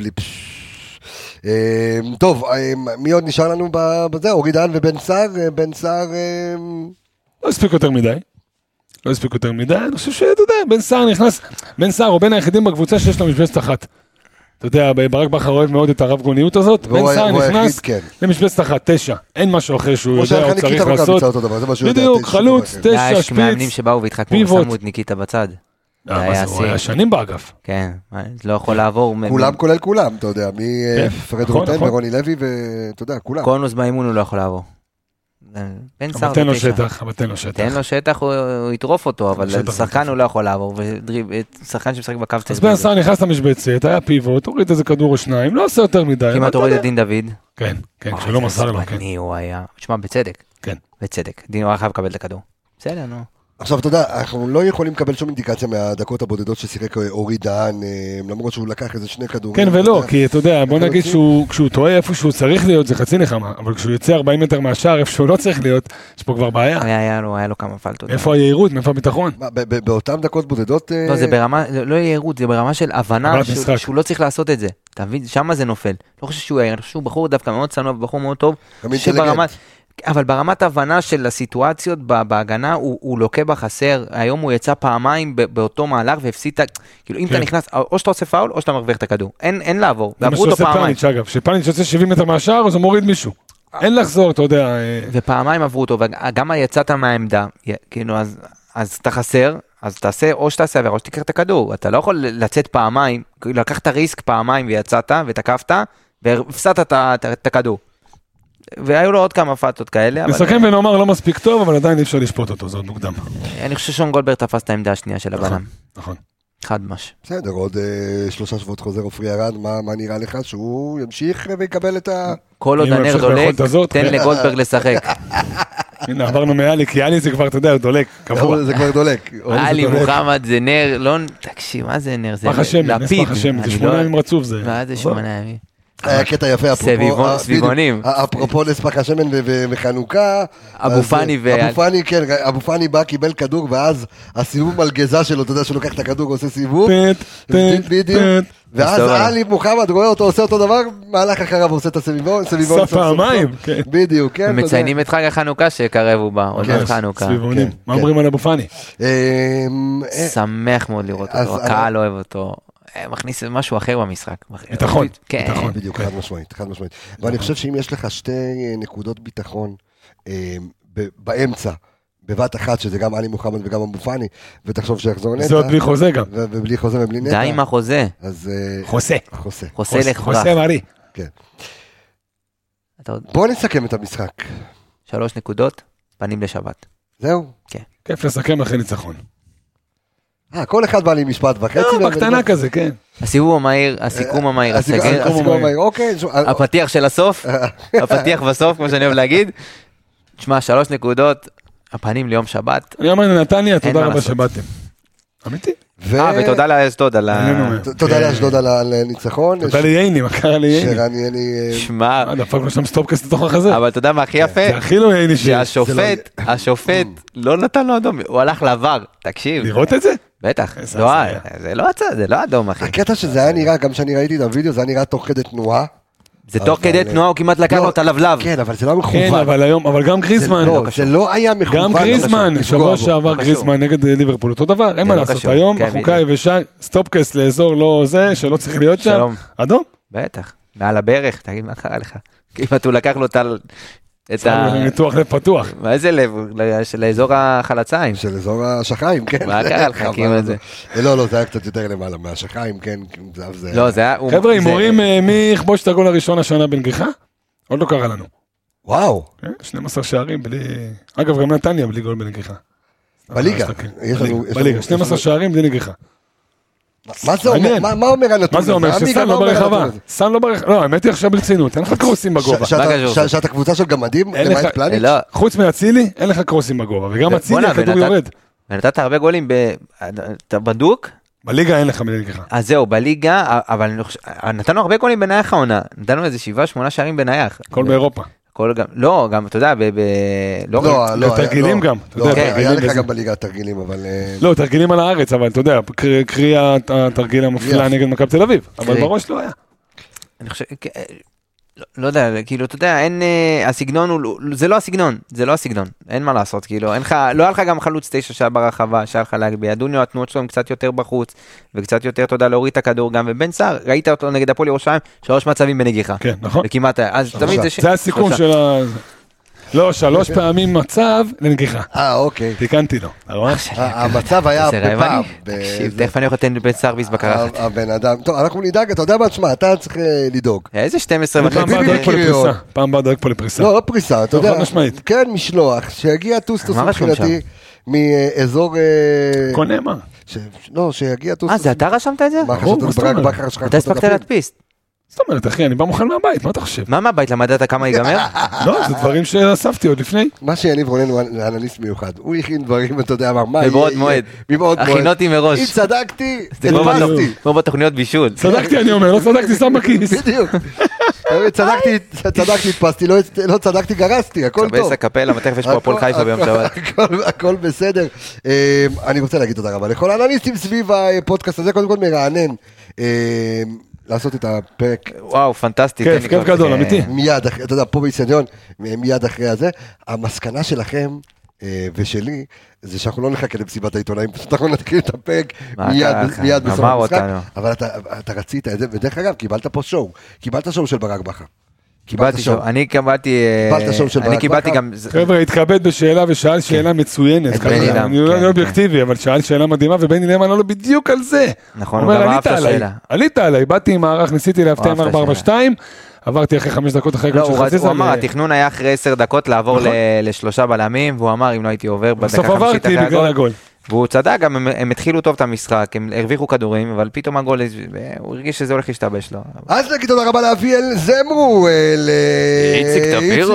טוב, מי עוד נשאר לנו בזה? אורי דהן ובן סער, בן סער... לא הספיק יותר מדי, אני חושב שאתה יודע, בן סער הוא בין היחידים בקבוצה שיש לו משבצת אחת. אתה יודע, ברק בכר אוהב מאוד את הרב גוניות הזאת, בן סער נכנס למשבצת אחת, 9, אין משהו אחר שהוא יודע או צריך לעשות. בדיוק, חלוץ, 9, שפיץ, יש מאמנים שבאו והתחכמו ושמו את ניקיטה בצד. הוא היה שנים באגף. כן, לא יכול לעבור. כולם כולל כולם, אתה יודע, מפרד רוטן ורוני לוי, ואתה יודע, כולם. קונוס באימון הוא לא יכול לעבור. אבל תן לו שטח, הוא יטרוף אותו, אבל שחקן הוא לא יכול לעבור, ושחקן שמשחק בקו... אז בן סער נכנס למשבצת, היה פיבוט, הוריד איזה כדור או 2, לא עושה יותר מדי. כמעט הוריד את דין דוד. כן, שלא מסר לו. הוא היה, תשמע, בצדק. כן. בצדק. דין הוא היה חייב לקבל את הכדור. בסדר, נו. עכשיו, אתה יודע, אנחנו לא יכולים לקבל שום אינדיקציה מהדקות הבודדות ששיחק אורי דהן, למרות שהוא לקח איזה 2 כדורים. כן ולא, כי אתה יודע, בוא נגיד כשהוא טועה איפה שהוא צריך להיות, זה חצי נחמה, אבל כשהוא יוצא 40 מטר מהשער, איפה שהוא לא צריך להיות, יש פה כבר בעיה. היה לו כמה פלטות. איפה היעירות, מאיפה הביטחון? באותן דקות בודדות... לא, זה ברמה, לא יעירות, זה ברמה של הבנה שהוא לא צריך לעשות את זה. אתה מבין, שמה זה נופל. לא חושב שהוא בחור דווקא מאוד צנוע, בחור מאוד טוב, אבל ברמת הבנה של הסיטואציות בהגנה, הוא לוקה בחסר, היום הוא יצא פעמיים באותו מהלך והפסיד, כאילו אם אתה נכנס, או שאתה עושה פאול, או שאתה מרוויח את הכדור, אין לעבור, ועברו אותו פעמיים. שפניץ' יוצא 70 מטר מהשער, אז הוא מוריד מישהו, אין לחזור, אתה יודע. ופעמיים עברו אותו, וגם יצאת מהעמדה, כאילו, אז אתה חסר, אז תעשה, או שתעשה עבר, או שתקח את הכדור, אתה לא יכול לצאת פעמיים, לקחת ריסק פעמיים ויצאת, ותקפת, והפסדת את הכדור. והיו לו עוד כמה פאטות כאלה. נסכם ונאמר לא מספיק טוב, אבל עדיין אי אפשר לשפוט אותו, זה עוד מוקדם. אני חושב ששון גולדברג תפס את העמדה השנייה של הבנם. נכון. חד מש. בסדר, עוד 3 שבועות חוזר עופרי ארד, מה נראה לך? שהוא ימשיך ויקבל את ה... כל עוד הנר דולק, תן לגולדברג לשחק. הנה, עברנו מאלי, כי אלי זה כבר, אתה יודע, דולק, קבוע. זה כבר דולק. אלי מוחמד זה נר, לא... תקשיב, מה זה נר? זה לפיד. זה 8 ימים רצוף זה. מה זה 8 ימים? היה קטע יפה, סביבונים. אפרופו לספק השמן וחנוכה. אבו פני כן, אבו פני בא, קיבל כדור, ואז הסיבוב מלגזה שלו, אתה יודע שהוא לוקח את הכדור, עושה סיבוב. בדיוק. ואז אלי מוחמד רואה אותו, עושה אותו דבר, מהלך אחריו, עושה את הסביבון. סף פעמיים, כן. בדיוק, כן. מציינים את חג החנוכה שקרב הוא בא, עוד מעט חנוכה. סביבונים. מה אומרים על אבו פני? שמח מאוד לראות אותו, הקהל אוהב אותו. מכניס משהו אחר במשחק. ביטחון. ביטחון, בדיוק, חד משמעית. ואני חושב שאם יש לך 2 נקודות ביטחון באמצע, בבת אחת, שזה גם אלי מוחמד וגם אבו פני, ותחשוב שיחזור נטע. זה עוד בלי חוזה גם. ובלי חוזה ובלי נטע. די עם החוזה. חוזה לכברך. מרי. כן. בוא נסכם את המשחק. 3 נקודות, פנים לשבת. זהו? כן. כיף לסכם אחרי ניצחון. כל אחד בא לי משפט וחצי. לא, בקטנה כזה, כן. הסיבוב המהיר, הסיכום המהיר, הסיכום המהיר, אוקיי. הפתיח של הסוף, הפתיח בסוף, כמו שאני אוהב להגיד. תשמע, 3 נקודות, הפנים ליום שבת. אני אומר לנתניה, תודה רבה שבאתם. אמיתי. ותודה לאשדוד על תודה לאשדוד על הניצחון. תודה לייני, מה קרה לייני? שמע, דפקנו שם סטופקאסט לתוך החזה. אבל אתה יודע מה הכי יפה? זה הכי לא ייני שהשופט לא נתן לו אדום, הוא הלך לעבר, תקשיב. לראות את זה? בטח, זה לא אדום אחי. הקטע שזה היה נראה, גם שאני ראיתי את הוידאו, זה היה נראה תוך כדי תנועה. זה תוך כדי תנועה, הוא כמעט לקח לו את הלבלב. כן, אבל זה לא מכוון. כן, אבל גם גריזמן. זה לא היה מכוון. גם גריזמן, שבוע שעבר גריזמן נגד ליברפול, אותו דבר, אין מה לעשות. היום, החוקה יבשה, סטופקאסט לאזור לא זה, שלא צריך להיות שם. אדום? בטח, מעל הברך, תגיד מה קרה לך. כמעט הוא לקח לו את ניתוח לב פתוח. מה איזה לב? של אזור החלציים. של אזור השחיים, כן. מה קרה לך? לא, זה היה קצת יותר למעלה מהשחיים, כן. לא, זה היה... חבר'ה, הימורים, מי יכבוש את הגול הראשון השנה בנגיחה? עוד לא קרה לנו. וואו. 12 שערים בלי... אגב, גם נתניה בלי גול בנגיחה. בליגה. בליגה, 12 שערים בלי נגיחה. מה זה אומר? מה אומר הנתון? מה זה אומר? שסן לא ברחבה. סן לא ברחבה. לא, האמת היא עכשיו ברצינות. אין לך קרוסים בגובה. שאתה קבוצה של גמדים? חוץ מהצילי, אין לך קרוסים בגובה. וגם הצילי, הכדור יורד. ונתת הרבה גולים בדוק. בליגה אין לך בנגיחה. אז זהו, בליגה, אבל נתנו הרבה גולים בנייח העונה. נתנו איזה 7-8 שערים בנייח. הכל באירופה. לא, גם, אתה יודע, בתרגילים גם. היה לך גם בליגה תרגילים, אבל... לא, תרגילים על הארץ, אבל אתה יודע, קרי התרגיל המפעילה נגד מכבי תל אביב, אבל בראש לא היה. אני חושב, לא יודע, כאילו, אתה יודע, אין, הסגנון הוא, זה לא הסגנון, אין מה לעשות, כאילו, לא היה לך גם חלוץ 9 שעה ברחבה, שהיה לך להגביע, דוניו, התנועות שלו הם קצת יותר בחוץ, וקצת יותר, אתה יודע, להוריד את הכדור גם, ובן סער, ראית אותו נגד הפועל ירושלים, 3 מצבים בנגיחה. כן, נכון. וכמעט, אז תמיד זה הסיכום של ה... לא, 3 פעמים מצב לנגיחה. אוקיי. תיקנתי לו. המצב היה בפעם. תכף אני יכול לתת בן סרוויס בקרחת. הבן אדם, טוב, אנחנו נדאג, אתה יודע מה, תשמע, אתה צריך לדאוג. איזה 12 פעם בא דואג פה לפריסה. לא פריסה, אתה יודע. משמעית. כן, משלוח, שיגיע טוסטוס מבחינתי מאזור... קונה מה? לא, שיגיע טוסטוס... זה אתה רשמת את זה? אתה הספקת להדפיס. זאת אומרת, אחי, אני בא מוכן מהבית, מה אתה חושב? מה מהבית? למדת כמה ייגמר? לא, זה דברים שאספתי עוד לפני. מה שיניב רונן הוא אנליסט מיוחד. הוא הכין דברים, אתה יודע, מה מבעוד מועד. הכינותי מראש. אם צדקתי, הדפסתי. כמו בתוכניות בישול. צדקתי, אני אומר, לא צדקתי, שם בכיס. בדיוק. צדקתי, הדפסתי, לא צדקתי, גרסתי, הכל טוב. קבס הקפלה, תכף יש פה הפועל חיפה ביום שבת. הכל בסדר. אני רוצה להגיד תודה רבה לכל האנליסטים סביב הפודקאסט הזה, קודם כל מרענן. לעשות את הפרק. וואו, פנטסטי. כיף גדול, אמיתי. מיד, אתה יודע, פה באיצטדיון, מיד אחרי הזה, המסקנה שלכם ושלי, זה שאנחנו לא נחכה למסיבת העיתונאים, פשוט אנחנו נתחיל את הפרק מיד בסוף המשחק, אבל אתה רצית את זה, ודרך אגב, קיבלת פה שואו, קיבלת שואו של ברק בכר. אני קיבלתי גם... חבר'ה, התכבד בשאלה ושאל שאלה מצוינת. אני לא אובייקטיבי, אבל שאל שאלה מדהימה, ובני נאמן לא בדיוק על זה. נכון, הוא גם אהבת השאלה. עלית עליי, באתי עם מערך, ניסיתי להפתיע עם 4-4-2, עברתי אחרי 5 דקות אחרי גול של חזיזה. הוא אמר, התכנון היה אחרי 10 דקות לעבור ל3 בלמים, והוא אמר, אם לא הייתי עובר בדקה 50 אחרי הגול. והוא צדק, גם הם התחילו טוב את המשחק, הם הרוויחו כדורים, אבל פתאום הגול, הוא הרגיש שזה הולך להשתבש לו. אז נגיד תודה רבה לאביאל זמרו, איציק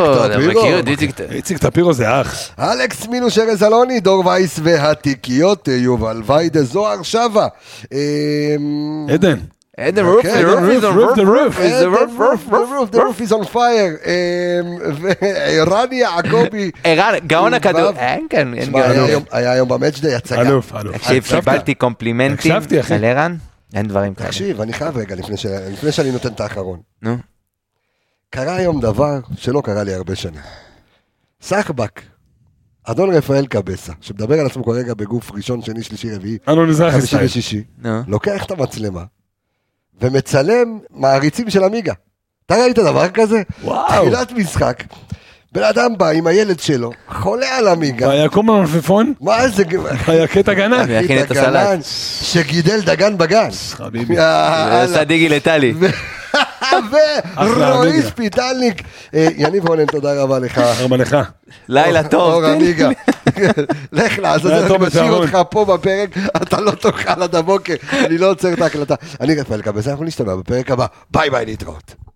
טפירו, איציק טפירו זה אח. אלכס מינוש ארז אלוני, דור וייס והתיקיות, יובל ויידה, זוהר שווה. עדן. The roof is on fire. וערן יעקובי. גאון הכדור. היה היום במאץ' דיי הצגה. אלוף. קיבלתי קומפלימנטים על ערן. אין דברים כאלה. תקשיב, אני חייב רגע לפני שאני נותן את האחרון. קרה היום דבר שלא קרה לי הרבה שנים. סחבק. אדון רפאל קבסה, שמדבר על עצמו כרגע בגוף ראשון, שני, שלישי, רביעי, חמישי ושישי. לוקח את המצלמה. ומצלם מעריצים של אמיגה. אתה ראית דבר כזה? וואו. תחילת משחק. בן אדם בא עם הילד שלו, חולה על אמיגה. ויקום המלפפון? מה זה? ויקט הגנן. ויכין את הסלט. שגידל דגן בגן. חביבי. ועשה דיגי לטלי. ורועי ספיטלניק. יניב רונן, תודה רבה לך. רבה לך. לילה טוב. אור אמיגה. לך לעזור, אני משאיר אותך פה בפרק, אתה לא תאכל עד הבוקר, אני לא עוצר את ההקלטה. אני רפאל קבסה, אנחנו נשתמע בפרק הבא. ביי ביי, להתראות.